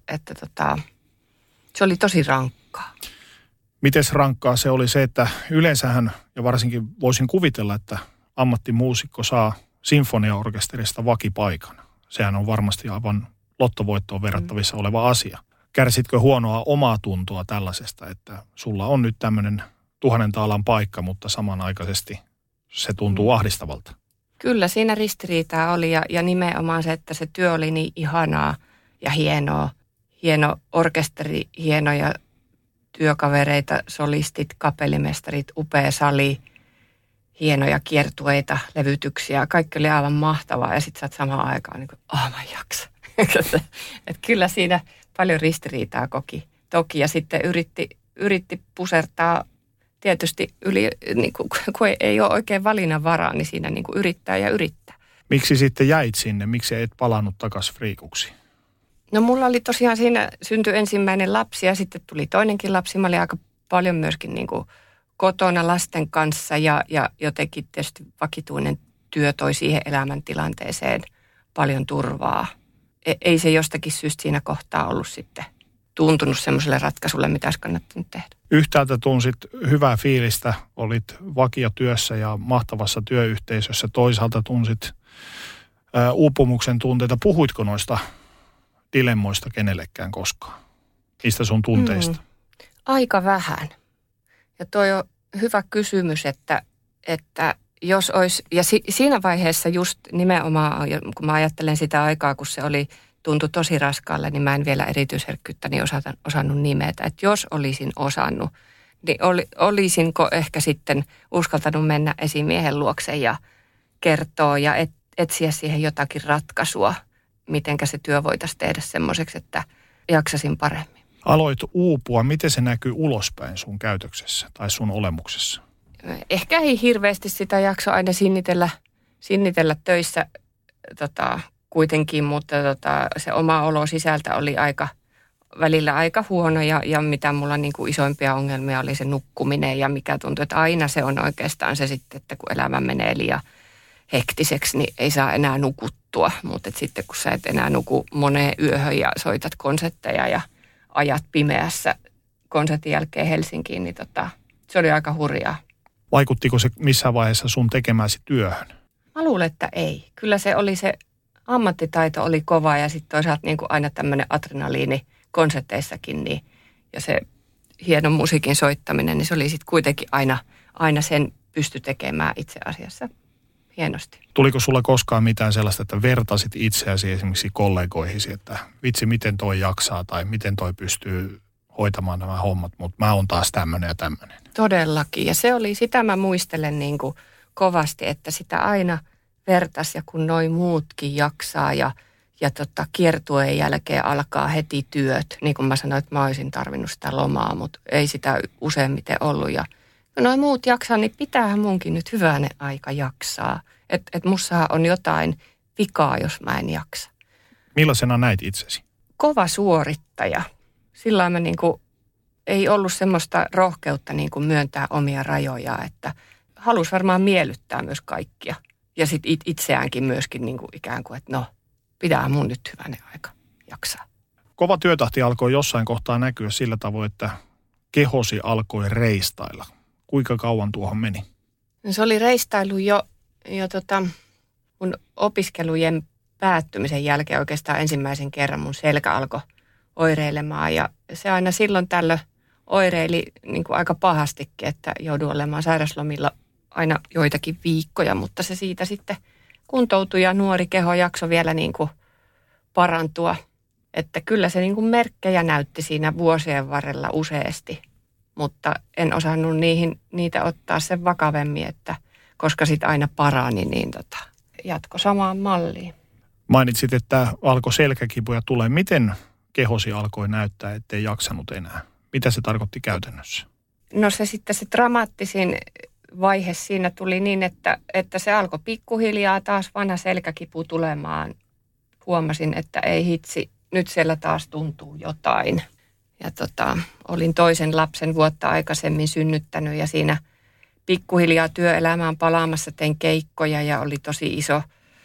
se oli tosi rankkaa. Mites rankkaa se oli se, että yleensähän, ja varsinkin voisin kuvitella, että ammattimuusikko saa sinfoniaorkesterista vakipaikan. Sehän on varmasti aivan lottovoittoon verrattavissa oleva asia. Kärsitkö huonoa omaa tuntoa tällaisesta, että sulla on nyt tämmöinen 1000 taalan paikka, mutta samanaikaisesti se tuntuu ahdistavalta? Kyllä, siinä ristiriitaa oli ja nimenomaan se, että se työ oli niin ihanaa ja hieno orkesteri, hienoja työkavereita, solistit, kapellimestarit, upea sali, hienoja kiertueita, levytyksiä. Kaikki oli aivan mahtavaa ja sitten sä oot samaan aikaan niin kuin, mä en jaksa. Että kyllä siinä paljon ristiriitaa toki ja sitten yritti pusertaa tietysti yli, niin kun ei ole oikein valinnanvaraa, niin siinä niin kuin yrittää ja yrittää. Miksi sitten jäit sinne? Miksi et palannut takaisin friikuksi? No mulla oli tosiaan siinä syntyi ensimmäinen lapsi ja sitten tuli toinenkin lapsi. Mä olin aika paljon myöskin niin kuin kotona lasten kanssa ja jotenkin tietysti vakituinen työ toi siihen elämäntilanteeseen paljon turvaa. Ei se jostakin syystä siinä kohtaa ollut sitten tuntunut semmoiselle ratkaisulle, mitä olisi kannattanut tehdä. Yhtäältä tunsit hyvää fiilistä, olit vakiotyössä ja mahtavassa työyhteisössä. Toisaalta tunsit uupumuksen tunteita. Puhuitko noista dilemmoista kenellekään koskaan? Niistä sun tunteista? Aika vähän. Ja toi on hyvä kysymys, että jos olisi, ja siinä vaiheessa just nimenomaan, kun mä ajattelen sitä aikaa, kun se tuntui tosi raskaalle, niin mä en vielä erityisherkkyyttäni osannut nimetä. Että jos olisin osannut, niin olisinko ehkä sitten uskaltanut mennä esimiehen luokse ja kertoa ja etsiä siihen jotakin ratkaisua, mitenkä se työ voitaisiin tehdä semmoiseksi, että jaksasin paremmin. Aloit uupua. Miten se näkyy ulospäin sun käytöksessä tai sun olemuksessa? Ehkä ei hirveästi sitä jakso aina sinnitellä töissä kuitenkin, mutta se oma olo sisältä oli välillä aika huono ja mitä mulla niin kuin isoimpia ongelmia oli se nukkuminen ja mikä tuntui, että aina se on oikeastaan se sitten, että kun elämä menee liian hektiseksi, niin ei saa enää nukuttua, mutta sitten kun sä et enää nuku moneen yöhön ja soitat konsertteja ja ajat pimeässä konsertin jälkeen Helsinkiin, niin se oli aika hurjaa. Vaikuttiko se missään vaiheessa sun tekemäsi työhön? Mä luulen, että ei. Kyllä se ammattitaito oli kova ja sitten toisaalta niin kuin aina tämmöinen adrenaliini konserteissakin niin, ja se hieno musiikin soittaminen, niin se oli sitten kuitenkin aina sen pystyi tekemään itse asiassa hienosti. Tuliko sulla koskaan mitään sellaista, että vertasit itseäsi esimerkiksi kollegoihisi, että vitsi miten toi jaksaa tai miten toi pystyy hoitamaan nämä hommat, mutta mä oon taas tämmöinen ja tämmöinen. Todellakin. Ja se oli, sitä mä muistelen niin kuin kovasti, että sitä aina vertas ja kun noi muutkin jaksaa ja kiertueen jälkeen alkaa heti työt. Niin kuin mä sanoin, että mä olisin tarvinnut sitä lomaa, mutta ei sitä useimmiten ollut. Ja kun noi muut jaksaa, niin pitäähän munkin nyt hyvänen aika jaksaa. Että mussahan on jotain vikaa, jos mä en jaksa. Millaisena näit itsesi? Kova suorittaja. Sillä mä niinku, ei ollut semmoista rohkeutta niinku myöntää omia rajoja, että halusi varmaan miellyttää myös kaikkia. Ja sitten itseäänkin myöskin niinku ikään kuin, että no, pitää mun nyt hyvänen aika jaksaa. Kova työtahti alkoi jossain kohtaa näkyä sillä tavoin, että kehosi alkoi reistailla. Kuinka kauan tuohon meni? No, se oli reistailu jo mun opiskelujen päättymisen jälkeen oikeastaan ensimmäisen kerran mun selkä alkoi oireilemaan. Ja se aina silloin tällöin oireili niin kuin aika pahastikin, että joudun olemaan sairaslomilla aina joitakin viikkoja, mutta se siitä sitten kuntoutui ja nuori keho jaksoi vielä niin kuin parantua. Että kyllä se niin kuin merkkejä näytti siinä vuosien varrella useasti, mutta en osannut niitä ottaa sen vakavemmin, että koska sitten aina parani, niin jatko samaan malliin. Mainitsit, että alkoi selkäkipuja tulee. Miten kehosi alkoi näyttää, ettei jaksanut enää? Mitä se tarkoitti käytännössä? No se dramaattisin vaihe siinä tuli niin, että se alkoi pikkuhiljaa taas vanha selkäkipu tulemaan. Huomasin, että ei hitsi, nyt siellä taas tuntuu jotain. Ja olin toisen lapsen vuotta aikaisemmin synnyttänyt ja siinä pikkuhiljaa työelämään palaamassa tein keikkoja ja oli tosi iso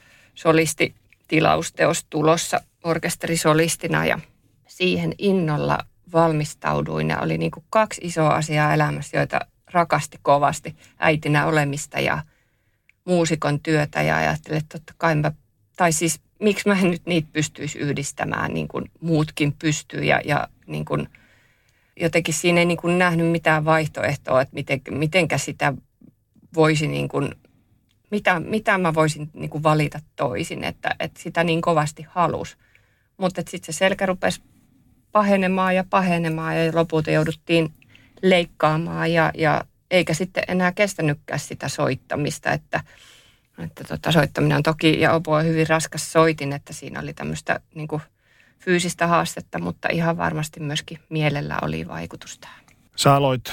solistitilausteos tulossa orkesterisolistina ja siihen innolla valmistauduin ja oli niin kuin 2 isoa asiaa elämässä, joita rakasti kovasti, äitinä olemista ja muusikon työtä ja ajattelin, että totta kai miksi mä en nyt niitä pystyisi yhdistämään niin kuin muutkin pystyy ja niin kuin jotenkin siinä ei niin kuin nähnyt mitään vaihtoehtoa, että mitenkä sitä voisi niin kuin, mitä mä voisin niin kuin valita toisin, että sitä niin kovasti halusi. Mutta sitten se selkä rupesi pahenemaan ja lopulta jouduttiin leikkaamaan ja eikä sitten enää kestänytkään sitä soittamista, että soittaminen on toki ja oboe hyvin raskas soitin, että siinä oli tämmöistä niin kuin fyysistä haastetta, mutta ihan varmasti myöskin mielellä oli vaikutus tähän. Sä aloit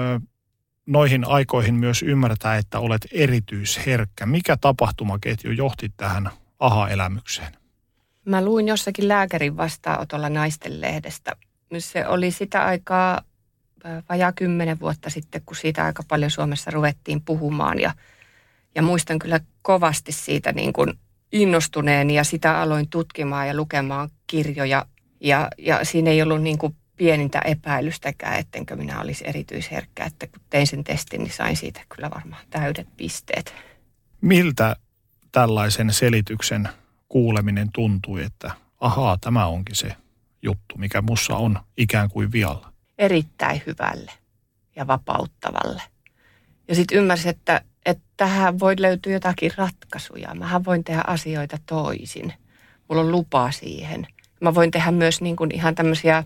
noihin aikoihin myös ymmärtää, että olet erityisherkkä. Mikä tapahtumaketju johti tähän aha-elämykseen? Mä luin jossakin lääkärin vastaanotolla Naistenlehdestä. Se oli sitä aikaa vajaa 10 vuotta sitten, kun siitä aika paljon Suomessa ruvettiin puhumaan. Ja muistan kyllä kovasti siitä niin kuin innostuneeni ja sitä aloin tutkimaan ja lukemaan kirjoja. Ja siinä ei ollut niin kuin pienintä epäilystäkään, ettenkö minä olisi erityisherkkä. Että kun tein sen testin, niin sain siitä kyllä varmaan täydet pisteet. Miltä tällaisen selityksen kuuleminen tuntui, että ahaa, tämä onkin se juttu, mikä mussa on ikään kuin vialla? Erittäin hyvälle ja vapauttavalle. Ja sitten ymmärsin, että tähän voi löytyä jotakin ratkaisuja. Mähän voin tehdä asioita toisin. Mulla on lupa siihen. Mä voin tehdä myös niin kuin ihan tämmöisiä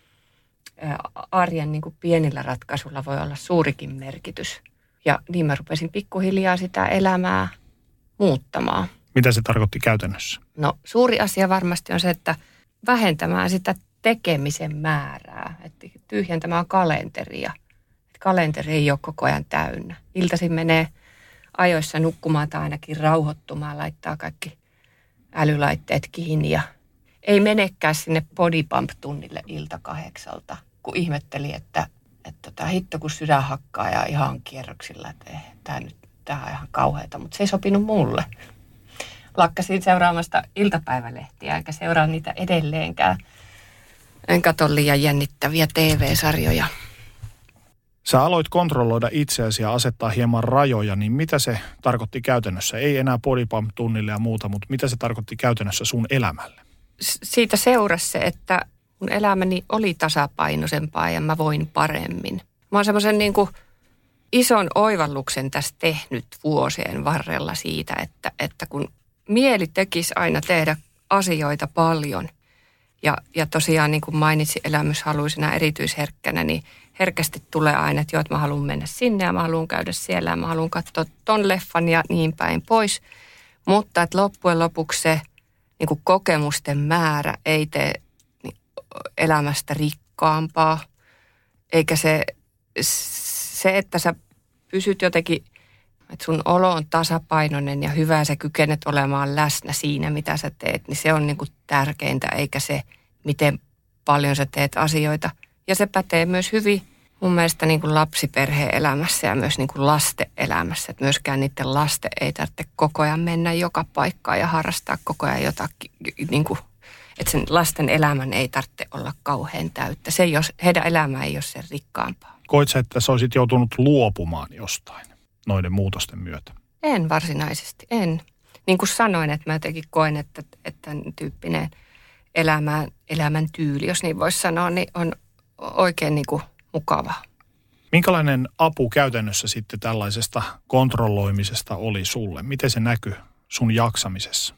arjen niin kuin pienillä ratkaisuilla voi olla suurikin merkitys. Ja niin mä rupesin pikkuhiljaa sitä elämää muuttamaan. Mitä se tarkoitti käytännössä? No suuri asia varmasti on se, että vähentämään sitä tekemisen määrää. Että tyhjentämään kalenteria. Että kalenteri ei ole koko ajan täynnä. Iltaisin menee ajoissa nukkumaan tai ainakin rauhoittumaan, laittaa kaikki älylaitteet kiinni ja ei menekään sinne body pump-tunnille ilta 8, kun ihmetteli, että hitto kun sydän hakkaa ja ihan kierroksilla, että tämä on ihan kauheata, mutta se ei sopinut mulle. Lakkasin seuraamasta iltapäivälehtiä, enkä seuraa niitä edelleenkään. En katso liian jännittäviä TV-sarjoja. Sä aloit kontrolloida itseäsi ja asettaa hieman rajoja, niin mitä se tarkoitti käytännössä? Ei enää body pump-tunnille ja muuta, mutta mitä se tarkoitti käytännössä sun elämälle? Siitä seurasi se, että mun elämäni oli tasapainoisempaa ja mä voin paremmin. Mä oon semmoisen niin kuin ison oivalluksen tässä tehnyt vuosien varrella siitä, että kun mieli tekisi aina tehdä asioita paljon ja tosiaan niin kuin mainitsin elämyshaluisena erityisherkkänä, niin herkästi tulee aina, että mä haluan mennä sinne ja mä haluan käydä siellä ja mä haluan katsoa ton leffan ja niin päin pois. Mutta että loppujen lopuksi se niin kuin kokemusten määrä ei tee elämästä rikkaampaa, eikä se, että sä pysyt jotenkin, että sun olo on tasapainoinen ja hyvä ja sä kykenet olemaan läsnä siinä, mitä sä teet, niin se on niin kuin tärkeintä, eikä se, miten paljon sä teet asioita. Ja se pätee myös hyvin mun mielestä niin kuin lapsiperheen elämässä ja myös niin kuin lasten elämässä. Että myöskään niiden lasten ei tarvitse koko ajan mennä joka paikkaan ja harrastaa koko ajan jotakin. Niin kuin, että sen lasten elämän ei tarvitse olla kauhean täyttä. Se, jos heidän elämä ei ole sen rikkaampaa. Koit sä, että sä olisit joutunut luopumaan jostain noiden muutosten myötä? En varsinaisesti, en. Niin kuin sanoin, että mä jotenkin koen, että tämän tyyppinen elämän tyyli, jos niin voisi sanoa, niin on oikein niin kuin mukavaa. Minkälainen apu käytännössä sitten tällaisesta kontrolloimisesta oli sulle? Miten se näkyy sun jaksamisessa?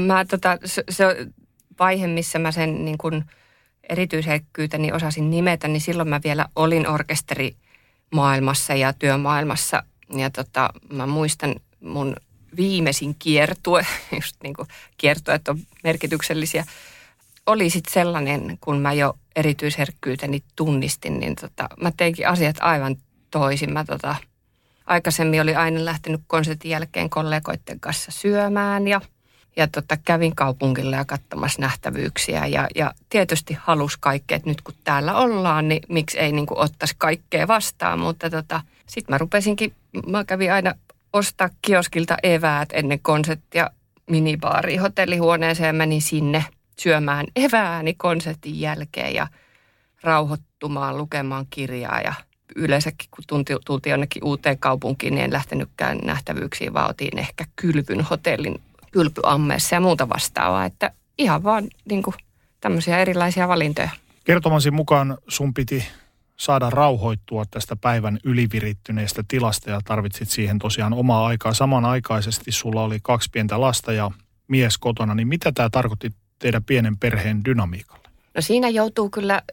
Se vaihe, missä mä sen niin kuin erityisherkkyyteni osasin nimetä, niin silloin mä vielä olin orkesterimaailmassa ja työmaailmassa. Ja mä muistan mun viimeisin kiertue, just niin kuin kiertueet on merkityksellisiä, oli sitten sellainen, kun mä jo erityisherkkyyteni tunnistin, niin mä teinkin asiat aivan toisin. Mä aikaisemmin oli aina lähtenyt konsertin jälkeen kollegoiden kanssa syömään ja kävin kaupungilla ja katsomassa nähtävyyksiä ja tietysti halusi kaikkea, että nyt kun täällä ollaan, niin miksi ei niin kuin ottaisi kaikkea vastaan, mutta sitten mä kävin aina ostaa kioskilta eväät ennen konserttia minibaariin hotellihuoneeseen ja menin sinne syömään evääni konsertin jälkeen ja rauhoittumaan, lukemaan kirjaa ja yleensäkin kun tultiin jonnekin uuteen kaupunkiin, niin en lähtenytkään nähtävyyksiin, vaan otin ehkä Kylpyn hotellin kylpyammeessa ja muuta vastaavaa, että ihan vaan niin kuin tämmöisiä erilaisia valintoja. Kertomasi mukaan sun piti saada rauhoittua tästä päivän ylivirittyneestä tilasta ja tarvitsit siihen tosiaan omaa aikaa. Samanaikaisesti sulla oli 2 pientä lasta ja mies kotona, niin mitä tämä tarkoitti teidän pienen perheen dynamiikalle? No siinä joutuu kyllä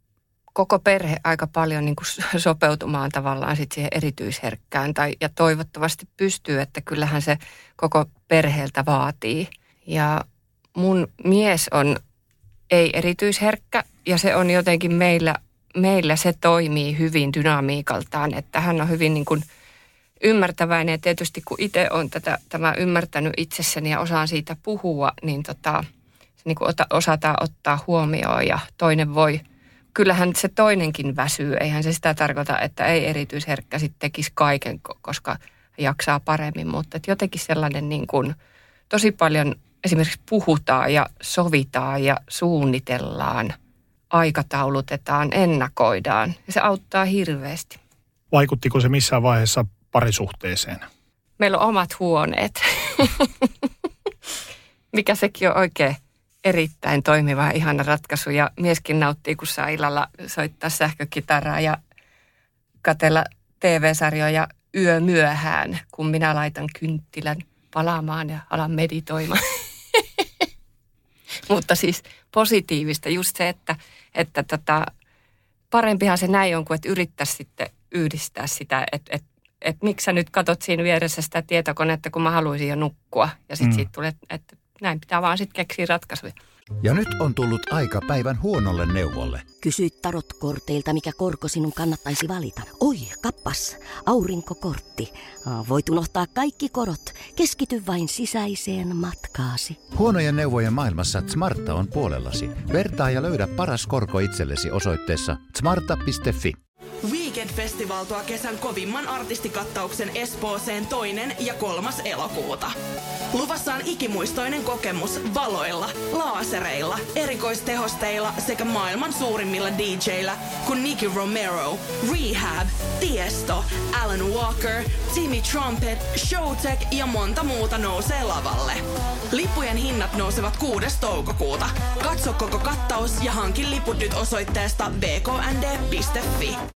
koko perhe aika paljon niin kuin sopeutumaan tavallaan sit siihen erityisherkkään ja toivottavasti pystyy, että kyllähän se koko perheeltä vaatii. Ja mun mies on ei erityisherkkä ja se on jotenkin meillä se toimii hyvin dynamiikaltaan, että hän on hyvin niin kuin ymmärtäväinen ja tietysti kun itse on tämä ymmärtänyt itsessäni ja osaan siitä puhua, niin se niin kuin osataan ottaa huomioon ja toinen voi. Kyllähän se toinenkin väsyy, eihän se sitä tarkoita, että ei erityisherkkä sitten tekisi kaiken, koska jaksaa paremmin, mutta jotenkin sellainen niin kuin tosi paljon esimerkiksi puhutaan ja sovitaan ja suunnitellaan, aikataulutetaan, ennakoidaan ja se auttaa hirveästi. Vaikuttiko se missään vaiheessa parisuhteeseen? Meillä on omat huoneet, mikä sekin on oikein erittäin toimiva ja ihana ratkaisu ja mieskin nauttii, kun saa illalla soittaa sähkökitaraa ja katsella TV-sarjoja yömyöhään, kun minä laitan kynttilän palaamaan ja alan meditoimaan. Mutta siis positiivista just se, että parempihan se näin on kuin, että yrittäisi sitten yhdistää sitä, että miksi sä nyt katot siinä vieressä sitä tietokonetta, kun mä haluaisin jo nukkua. Ja sitten siitä tulee, että näin pitää vaan sitten keksiä ratkaisuja. Ja nyt on tullut aika päivän huonolle neuvolle. Kysy tarotkorteilta, mikä korko sinun kannattaisi valita. Oi, kappas, aurinkokortti. Voit unohtaa kaikki korot. Keskity vain sisäiseen matkaasi. Huonojen neuvojen maailmassa Smarta on puolellasi. Vertaa ja löydä paras korko itsellesi osoitteessa smarta.fi. Weekend Festival tuo kesän kovimman artistikattauksen Espooseen 2. ja 3. elokuuta. Luvassa on ikimuistoinen kokemus valoilla, laasereilla, erikoistehosteilla sekä maailman suurimmilla DJillä kuin Nicky Romero, Rehab, Tiesto, Alan Walker, Timmy Trumpet, Showtek ja monta muuta nousee lavalle. Lippujen hinnat nousevat 6. toukokuuta. Katso koko kattaus ja hankin liput nyt osoitteesta bknd.fi.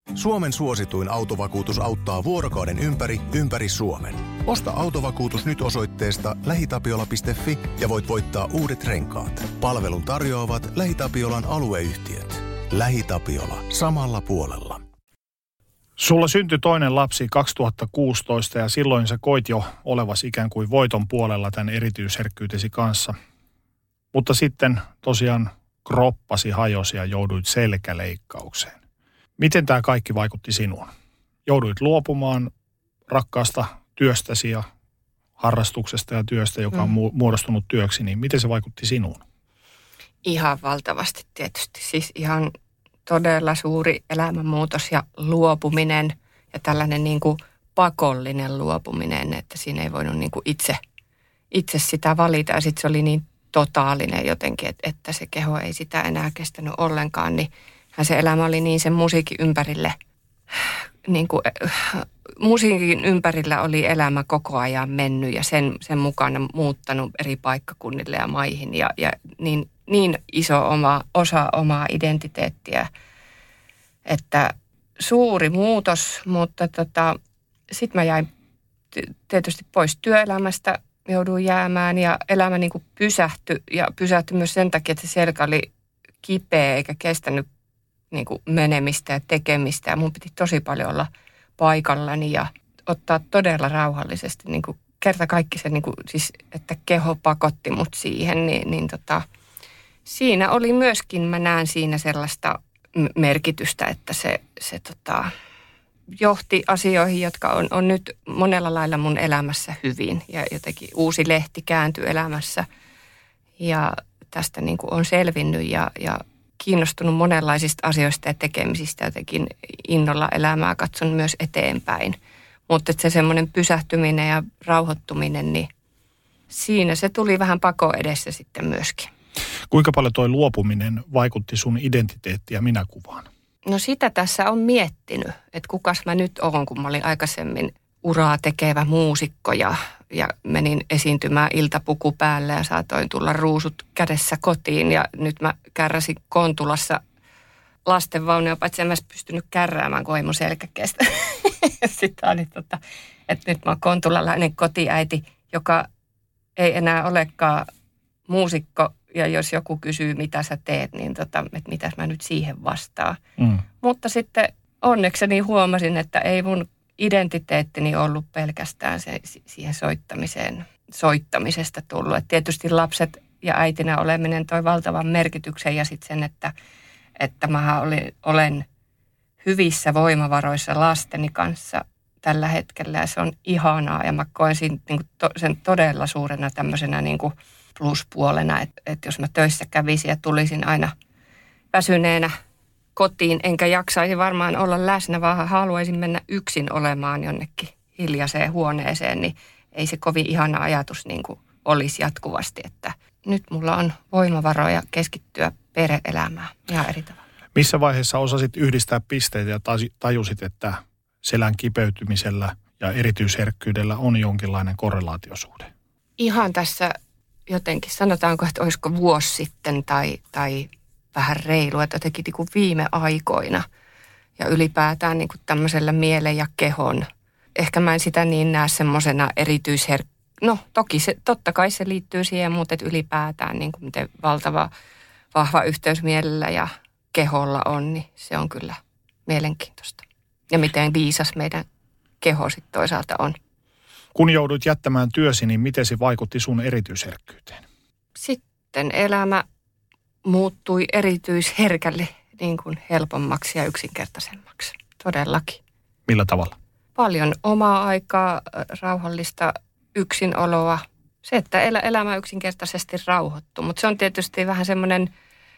Suomen suosituin autovakuutus auttaa vuorokauden ympäri Suomen. Osta autovakuutus nyt osoitteesta lähitapiola.fi ja voit voittaa uudet renkaat. Palvelun tarjoavat LähiTapiolan alueyhtiöt. LähiTapiola. Samalla puolella. Sulla syntyi toinen lapsi 2016 ja silloin sä koit jo olevasi ikään kuin voiton puolella tämän erityisherkkyytesi kanssa. Mutta sitten tosiaan kroppasi hajosi ja jouduit selkäleikkaukseen. Miten tämä kaikki vaikutti sinuun? Jouduit luopumaan rakkaasta työstäsi ja harrastuksesta ja työstä, joka on muodostunut työksi, niin miten se vaikutti sinuun? Ihan valtavasti tietysti. Siis ihan todella suuri elämänmuutos ja luopuminen ja tällainen niin kuin pakollinen luopuminen, että siinä ei voinut niin kuin itse sitä valita. Ja sitten se oli niin totaalinen jotenkin, että se keho ei sitä enää kestänyt ollenkaan, niin se elämä oli niin sen musiikin ympärille, niin kuin, musiikin ympärillä oli elämä koko ajan mennyt ja sen mukana muuttanut eri paikkakunnille ja maihin ja niin iso osa omaa identiteettiä, että suuri muutos, mutta sitten mä jäin tietysti pois työelämästä, jouduin jäämään ja elämä niin kuin pysähtyi myös sen takia, että se selkä oli kipeä eikä kestänyt niin kuin menemistä ja tekemistä. Ja mun piti tosi paljon olla paikallani ja ottaa todella rauhallisesti niin kuin kerta kaikki se, niin kuin, siis, että keho pakotti mut siihen, niin siinä oli myöskin, mä näen siinä sellaista merkitystä, että se johti asioihin, jotka on nyt monella lailla mun elämässä hyvin ja jotenkin uusi lehti kääntyi elämässä ja tästä niin kuin on selvinnyt ja kiinnostunut monenlaisista asioista ja tekemisistä, jotenkin innolla elämää katson myös eteenpäin. Mutta se semmoinen pysähtyminen ja rauhoittuminen, niin siinä se tuli vähän pako edessä sitten myöskin. Kuinka paljon toi luopuminen vaikutti sun identiteettiin ja minäkuvaan? No sitä tässä on miettinyt, että kukas mä nyt oon, kun mä olin aikaisemmin uraa tekevä muusikko ja menin esiintymään iltapuku päälle ja saatoin tulla ruusut kädessä kotiin ja nyt mä kärräsin Kontulassa lastenvaunuja, paitsi en mä pystynyt kärräämään, kun ei mun selkä kestä. Sitten oli että nyt mä oon kontulalainen kotiäiti, joka ei enää olekaan muusikko ja jos joku kysyy, mitä sä teet, niin että mitäs mä nyt siihen vastaan. Mutta sitten onnekseni huomasin, että ei mun identiteettini ollut pelkästään siihen soittamisesta tullut. Et tietysti lapset ja äitinä oleminen toi valtavan merkityksen ja sitten sen, että mä olen hyvissä voimavaroissa lasteni kanssa tällä hetkellä ja se on ihanaa ja mä koen sen todella suurena tämmöisenä niin kuin pluspuolena, että jos mä töissä kävisin ja tulisin aina väsyneenä kotiin, enkä jaksaisi varmaan olla läsnä, vaan haluaisin mennä yksin olemaan jonnekin hiljaiseen huoneeseen, niin ei se kovin ihana ajatus niin kuin olisi jatkuvasti, että nyt mulla on voimavaroja keskittyä perhe-elämään ihan eri tavalla. Missä vaiheessa osasit yhdistää pisteitä ja tajusit, että selän kipeytymisellä ja erityisherkkyydellä on jonkinlainen korrelaatiosuhde? Ihan tässä jotenkin, sanotaanko, että olisiko vuosi sitten tai vähän reilua, että jotenkin niin kuin viime aikoina ja ylipäätään niin kuin tämmöisellä mielen ja kehon. Ehkä mä en sitä niin näe semmoisena no totta kai se liittyy siihen, mutta että ylipäätään niin kuin miten vahva yhteys mielellä ja keholla on, niin se on kyllä mielenkiintoista. Ja miten viisas meidän keho sitten toisaalta on. Kun joudut jättämään työsi, niin miten se vaikutti sun erityisherkkyyteen? Sitten elämä muuttui erityisherkälle niin kuin helpommaksi ja yksinkertaisemmaksi. Todellakin. Millä tavalla? Paljon omaa aikaa, rauhallista yksinoloa. Se, että elämä yksinkertaisesti rauhoittuu. Mutta se on tietysti vähän semmoinen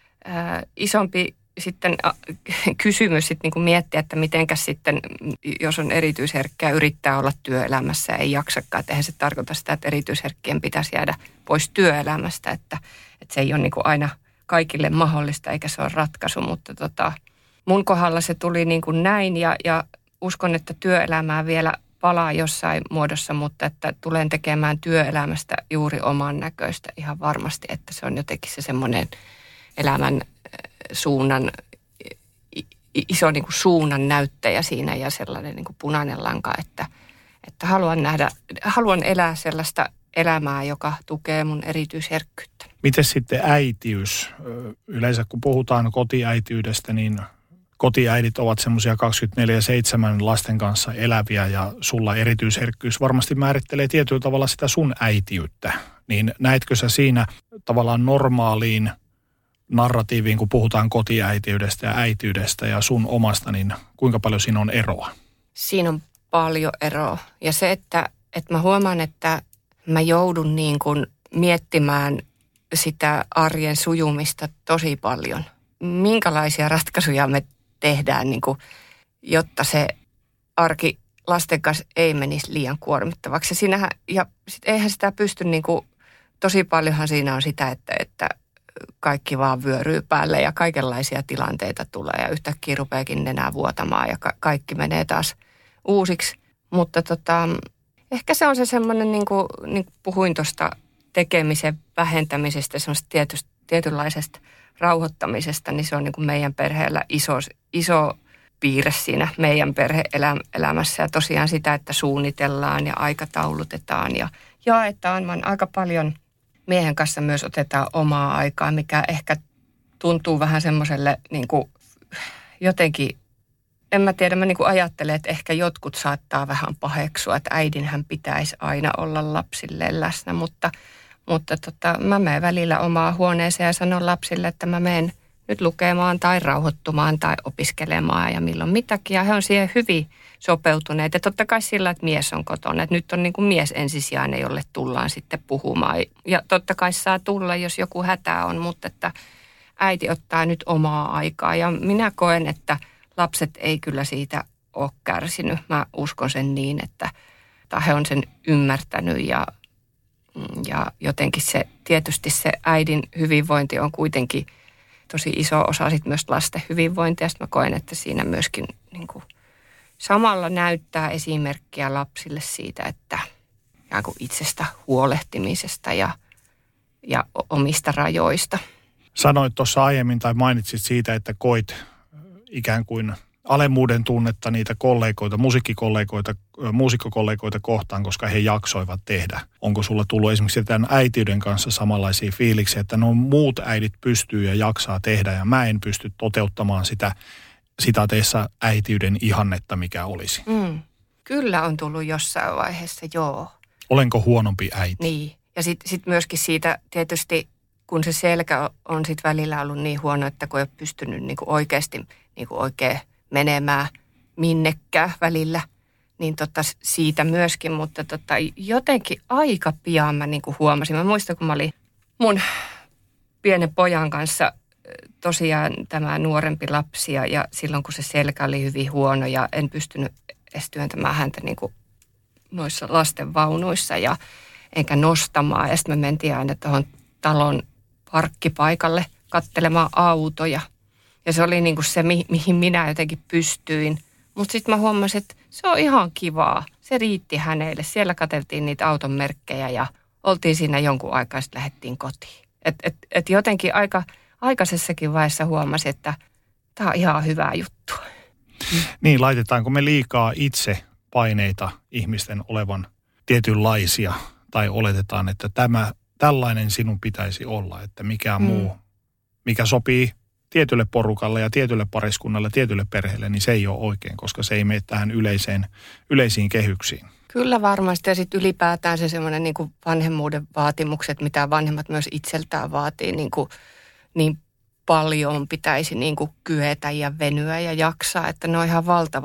isompi sitten kysymys sitten niin kuin miettiä, että mitenkäs sitten, jos on erityisherkkää, yrittää olla työelämässä ja ei jaksakaan. Että eihän se tarkoita sitä, että erityisherkkien pitäisi jäädä pois työelämästä, että se ei ole niin kuin aina kaikille mahdollista eikä se ole ratkaisu, mutta mun kohdalla se tuli niin kuin näin ja uskon, että työelämää vielä palaa jossain muodossa, mutta että tulen tekemään työelämästä juuri oman näköistä ihan varmasti, että se on jotenkin se semmoinen elämän suunnan iso niin kuin suunnan näyttäjä siinä ja sellainen niin kuin punainen lanka, että haluan elää sellaista elämää, joka tukee mun erityisherkkyyttä. Miten sitten äitiys? Yleensä kun puhutaan kotiäitiydestä, niin kotiäidit ovat semmoisia 24/7 lasten kanssa eläviä ja sulla erityisherkkyys varmasti määrittelee tietyllä tavalla sitä sun äitiyttä. Niin näetkö sä siinä tavallaan normaaliin narratiiviin, kun puhutaan kotiäitiydestä ja äitiydestä ja sun omasta, niin kuinka paljon siinä on eroa? Siinä on paljon eroa. Ja se, että mä huomaan, että mä joudun niin kuin miettimään sitä arjen sujumista tosi paljon. Minkälaisia ratkaisuja me tehdään, niin kuin, jotta se arki lasten kanssa ei menisi liian kuormittavaksi. Ja eihän sitä pysty, niin kuin, tosi paljonhan siinä on sitä, että kaikki vaan vyöryy päälle ja kaikenlaisia tilanteita tulee ja yhtäkkiä rupeakin nenää vuotamaan ja kaikki menee taas uusiksi. Mutta ehkä se on se semmoinen, niin kuin puhuin tuosta tekemisen vähentämisestä, semmoista tietynlaisesta rauhoittamisesta, niin se on niin kuin meidän perheellä iso piirre siinä meidän perhe-elämässä. Ja tosiaan sitä, että suunnitellaan ja aikataulutetaan ja jaetaan, vaan aika paljon miehen kanssa myös otetaan omaa aikaa, mikä ehkä tuntuu vähän semmoiselle niin kuin jotenkin, en mä tiedä, mä niin kuin ajattelen, että ehkä jotkut saattaa vähän paheksua, että äidinhän pitäisi aina olla lapsilleen läsnä, mutta mä menen välillä omaan huoneeseen ja sanon lapsille, että mä menen nyt lukemaan tai rauhoittumaan tai opiskelemaan ja milloin mitäkin. Ja he on siihen hyvin sopeutuneet. Ja totta kai sillä, että mies on kotona. Että nyt on niin kuin mies ensisijainen, jolle tullaan sitten puhumaan. Ja totta kai saa tulla, jos joku hätä on, mutta että äiti ottaa nyt omaa aikaa. Ja minä koen, että lapset ei kyllä siitä ole kärsinyt. Mä uskon sen niin, että he on sen ymmärtänyt ja jotenkin tietysti se äidin hyvinvointi on kuitenkin tosi iso osa sit myös lasten hyvinvointia. Sitten mä koen, että siinä myöskin niin kuin samalla näyttää esimerkkiä lapsille siitä, että itsestä huolehtimisesta ja omista rajoista. Sanoit tuossa aiemmin tai mainitsit siitä, että koit ikään kuin alemmuuden tunnetta niitä kollegoita, muusikkokollegoita kohtaan, koska he jaksoivat tehdä. Onko sulla tullut esimerkiksi tämän äitiyden kanssa samanlaisia fiiliksiä, että no muut äidit pystyy ja jaksaa tehdä ja mä en pysty toteuttamaan sitä sitaateissa äitiyden ihannetta, mikä olisi? Kyllä on tullut jossain vaiheessa, joo. Olenko huonompi äiti? Niin. Ja sit myöskin siitä tietysti, kun se selkä on sit välillä ollut niin huono, että kun ei ole pystynyt niinku oikeasti niinku oikein menemään minnekään välillä, niin siitä myöskin, mutta jotenkin aika pian mä niinku huomasin. Mä muistan, kun mä olin mun pienen pojan kanssa tosiaan tämä nuorempi lapsi ja silloin kun se selkä oli hyvin huono ja en pystynyt edes työntämään häntä niinku noissa lastenvaunuissa ja enkä nostamaan. Ja sitten me mentiin aina tuohon talon parkkipaikalle katselemaan autoja. Ja se oli niinku se, mihin minä jotenkin pystyin. Mutta sitten mä huomasin, että se on ihan kivaa. Se riitti hänelle. Siellä katseltiin niitä auton merkkejä ja oltiin siinä jonkun aikaa ja sitten lähdettiin kotiin. Et jotenkin aikaisessakin vaiheessa huomasin, että tämä on ihan hyvää juttua. Niin, laitetaanko me liikaa itse paineita ihmisten olevan tietynlaisia tai oletetaan, että tällainen sinun pitäisi olla, että mikään muu, mikä sopii tietylle porukalle ja tietylle pariskunnalle, tietylle perheelle, niin se ei ole oikein, koska se ei mene tähän yleisiin kehyksiin. Kyllä varmasti ja sitten ylipäätään se semmoinen niin kuin vanhemmuuden vaatimukset, mitä vanhemmat myös itseltään vaatii, niin paljon pitäisi niin kuin kyetä ja venyä ja jaksaa, että ne on ihan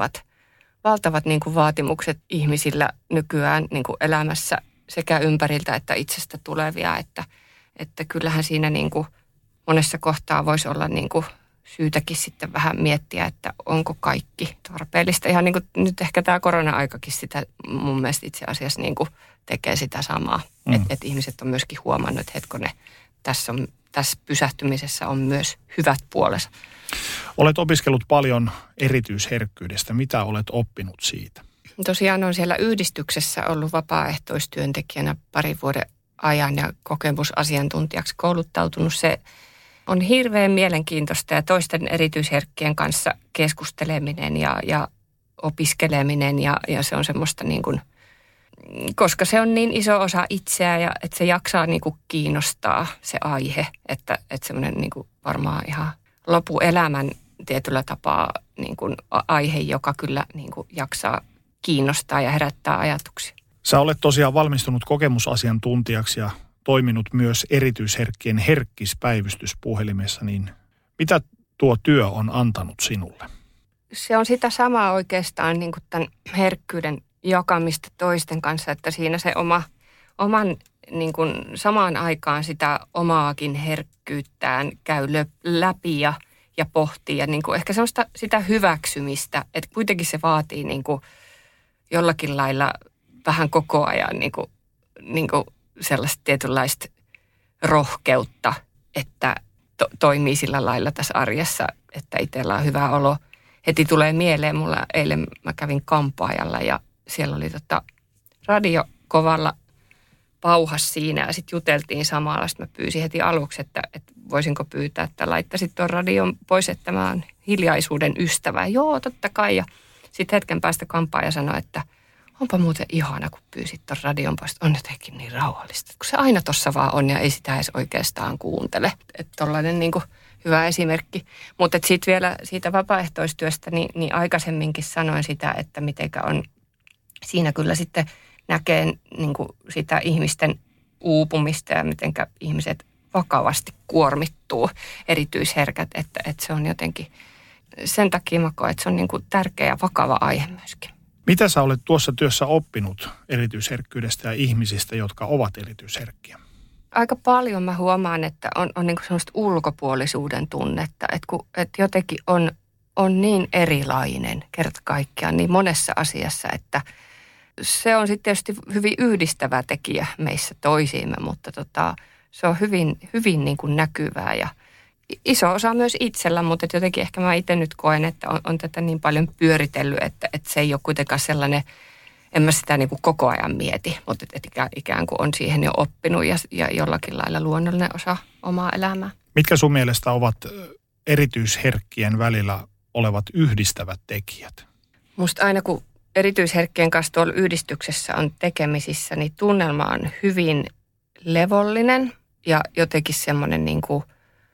valtavat niin kuin vaatimukset ihmisillä nykyään niin kuin elämässä sekä ympäriltä että itsestä tulevia, että kyllähän siinä niin kuin monessa kohtaa voisi olla niin kuin syytäkin sitten vähän miettiä, että onko kaikki tarpeellista. Ihan niin kuin nyt ehkä tämä korona-aikakin sitä mun mielestä itse asiassa niin kuin tekee sitä samaa. Että ihmiset on myöskin huomannut, että hetkonen, tässä pysähtymisessä on myös hyvät puolensa. Olet opiskellut paljon erityisherkkyydestä. Mitä olet oppinut siitä? Tosiaan on siellä yhdistyksessä ollut vapaaehtoistyöntekijänä 2 vuoden ajan ja kokemusasiantuntijaksi kouluttautunut. On hirveän mielenkiintoista ja toisten erityisherkkien kanssa keskusteleminen ja opiskeleminen ja se on semmoista niin kuin, koska se on niin iso osa itseä ja että se jaksaa niin kuin kiinnostaa se aihe, että semmoinen niin kuin varmaan ihan lopuelämän tietyllä tapaa niin kuin aihe, joka kyllä niin kuin jaksaa kiinnostaa ja herättää ajatuksia. Sä olet tosiaan valmistunut kokemusasiantuntijaksi ja toiminut myös erityisherkkien herkkispäivystyspuhelimessa, niin mitä tuo työ on antanut sinulle? Se on sitä samaa oikeastaan niin kuin tämän herkkyyden jakamista toisten kanssa, että siinä se oman niin kuin samaan aikaan sitä omaakin herkkyyttään käy läpi ja pohtii ja niin kuin ehkä semmoista sitä hyväksymistä, että kuitenkin se vaatii niin kuin jollakin lailla vähän koko ajan niin kuin sellaista tietynlaista rohkeutta, että toimii sillä lailla tässä arjessa, että itsellä on hyvä olo. Heti tulee mieleen, eilen mä kävin kampaajalla ja siellä oli radio kovalla pauhas siinä ja sitten juteltiin samalla. Sitten mä pyysin heti aluksi, että voisinko pyytää, että laittaisit tuon radion pois, että mä oon hiljaisuuden ystävä. Joo, totta kai. Ja sitten hetken päästä kampaaja sanoi, että onpa muuten ihana, kun pyysit tuon radion pois. On jotenkin niin rauhallista, kun se aina tossa vaan on ja ei sitä edes oikeastaan kuuntele. Että tollainen niin kuin hyvä esimerkki. Mutta sitten vielä siitä vapaaehtoistyöstä, niin aikaisemminkin sanoin sitä, että mitenkä on siinä kyllä sitten näkee niin kuin sitä ihmisten uupumista ja mitenkä ihmiset vakavasti kuormittuu, erityisherkät, että se on jotenkin, sen takia mä koen, että se on niin kuin tärkeä ja vakava aihe myöskin. Mitä sä olet tuossa työssä oppinut erityisherkkyydestä ja ihmisistä, jotka ovat erityisherkkiä? Aika paljon mä huomaan, että on niin kuin semmoista ulkopuolisuuden tunnetta, että jotenkin on niin erilainen kerta kaikkiaan niin monessa asiassa, että se on sitten tietysti hyvin yhdistävä tekijä meissä toisiimme, mutta se on hyvin niin kuin näkyvää ja iso osa myös itsellä, mutta jotenkin ehkä mä itse nyt koen, että on tätä niin paljon pyöritellyt, että se ei ole kuitenkaan sellainen, en mä sitä niin kuin koko ajan mieti, mutta että ikään kuin on siihen jo oppinut ja jollakin lailla luonnollinen osa omaa elämää. Mitkä sun mielestä ovat erityisherkkien välillä olevat yhdistävät tekijät? Musta aina kun erityisherkkien kanssa tuolla yhdistyksessä on tekemisissä, niin tunnelma on hyvin levollinen ja jotenkin semmoinen niin kuin,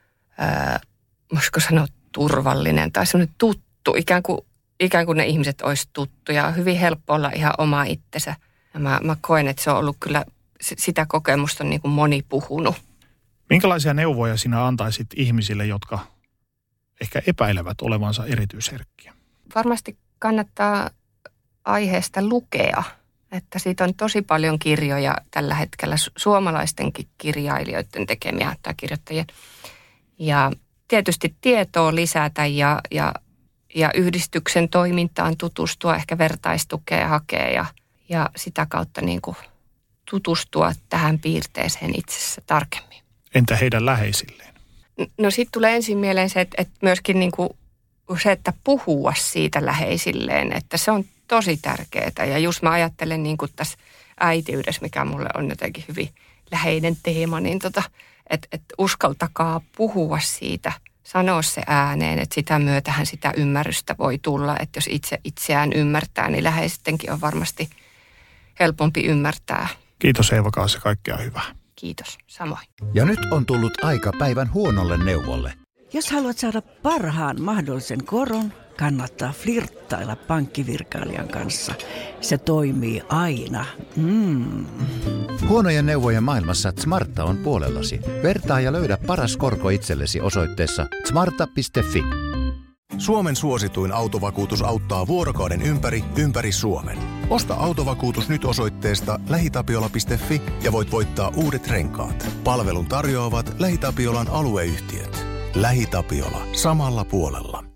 voisiko sanoa turvallinen tai semmoinen tuttu, ikään kuin ne ihmiset olisi tuttuja. On hyvin helppo olla ihan oma itsensä. Ja mä koen, että se on ollut kyllä, sitä kokemusta on niin kuin moni puhunut. Minkälaisia neuvoja sinä antaisit ihmisille, jotka ehkä epäilevät olevansa erityisherkkiä? Varmasti kannattaa aiheesta lukea, että siitä on tosi paljon kirjoja tällä hetkellä, suomalaistenkin kirjailijoiden tekemiä tai kirjoittajien. Ja tietysti tietoa lisätä ja yhdistyksen toimintaan tutustua, ehkä vertaistukea hakea ja sitä kautta niin kuin tutustua tähän piirteeseen itsessä tarkemmin. Entä heidän läheisilleen? No sitten tulee ensin mieleen se, että myöskin niin kuin se, että puhua siitä läheisilleen, että se on tosi tärkeää. Ja just mä ajattelen niin kuin tässä äitiydessä, mikä mulle on jotenkin hyvin läheinen teema, niin että uskaltakaa puhua siitä, sanoa se ääneen, että sitä myötähän sitä ymmärrystä voi tulla. Että jos itse itseään ymmärtää, niin läheisettenkin on varmasti helpompi ymmärtää. Kiitos Eeva Kaas ja kaikkea hyvää. Kiitos, samoin. Ja nyt on tullut aika päivän huonolle neuvolle. Jos haluat saada parhaan mahdollisen koron, kannattaa flirttailla pankkivirkailijan kanssa. Se toimii aina. Huonojen neuvojen maailmassa Smarta on puolellasi. Vertaa ja löydä paras korko itsellesi osoitteessa smarta.fi. Suomen suosituin autovakuutus auttaa vuorokauden ympäri Suomen. Osta autovakuutus nyt osoitteesta lähitapiola.fi ja voit voittaa uudet renkaat. Palvelun tarjoavat LähiTapiolan alueyhtiöt. LähiTapiola. Samalla puolella.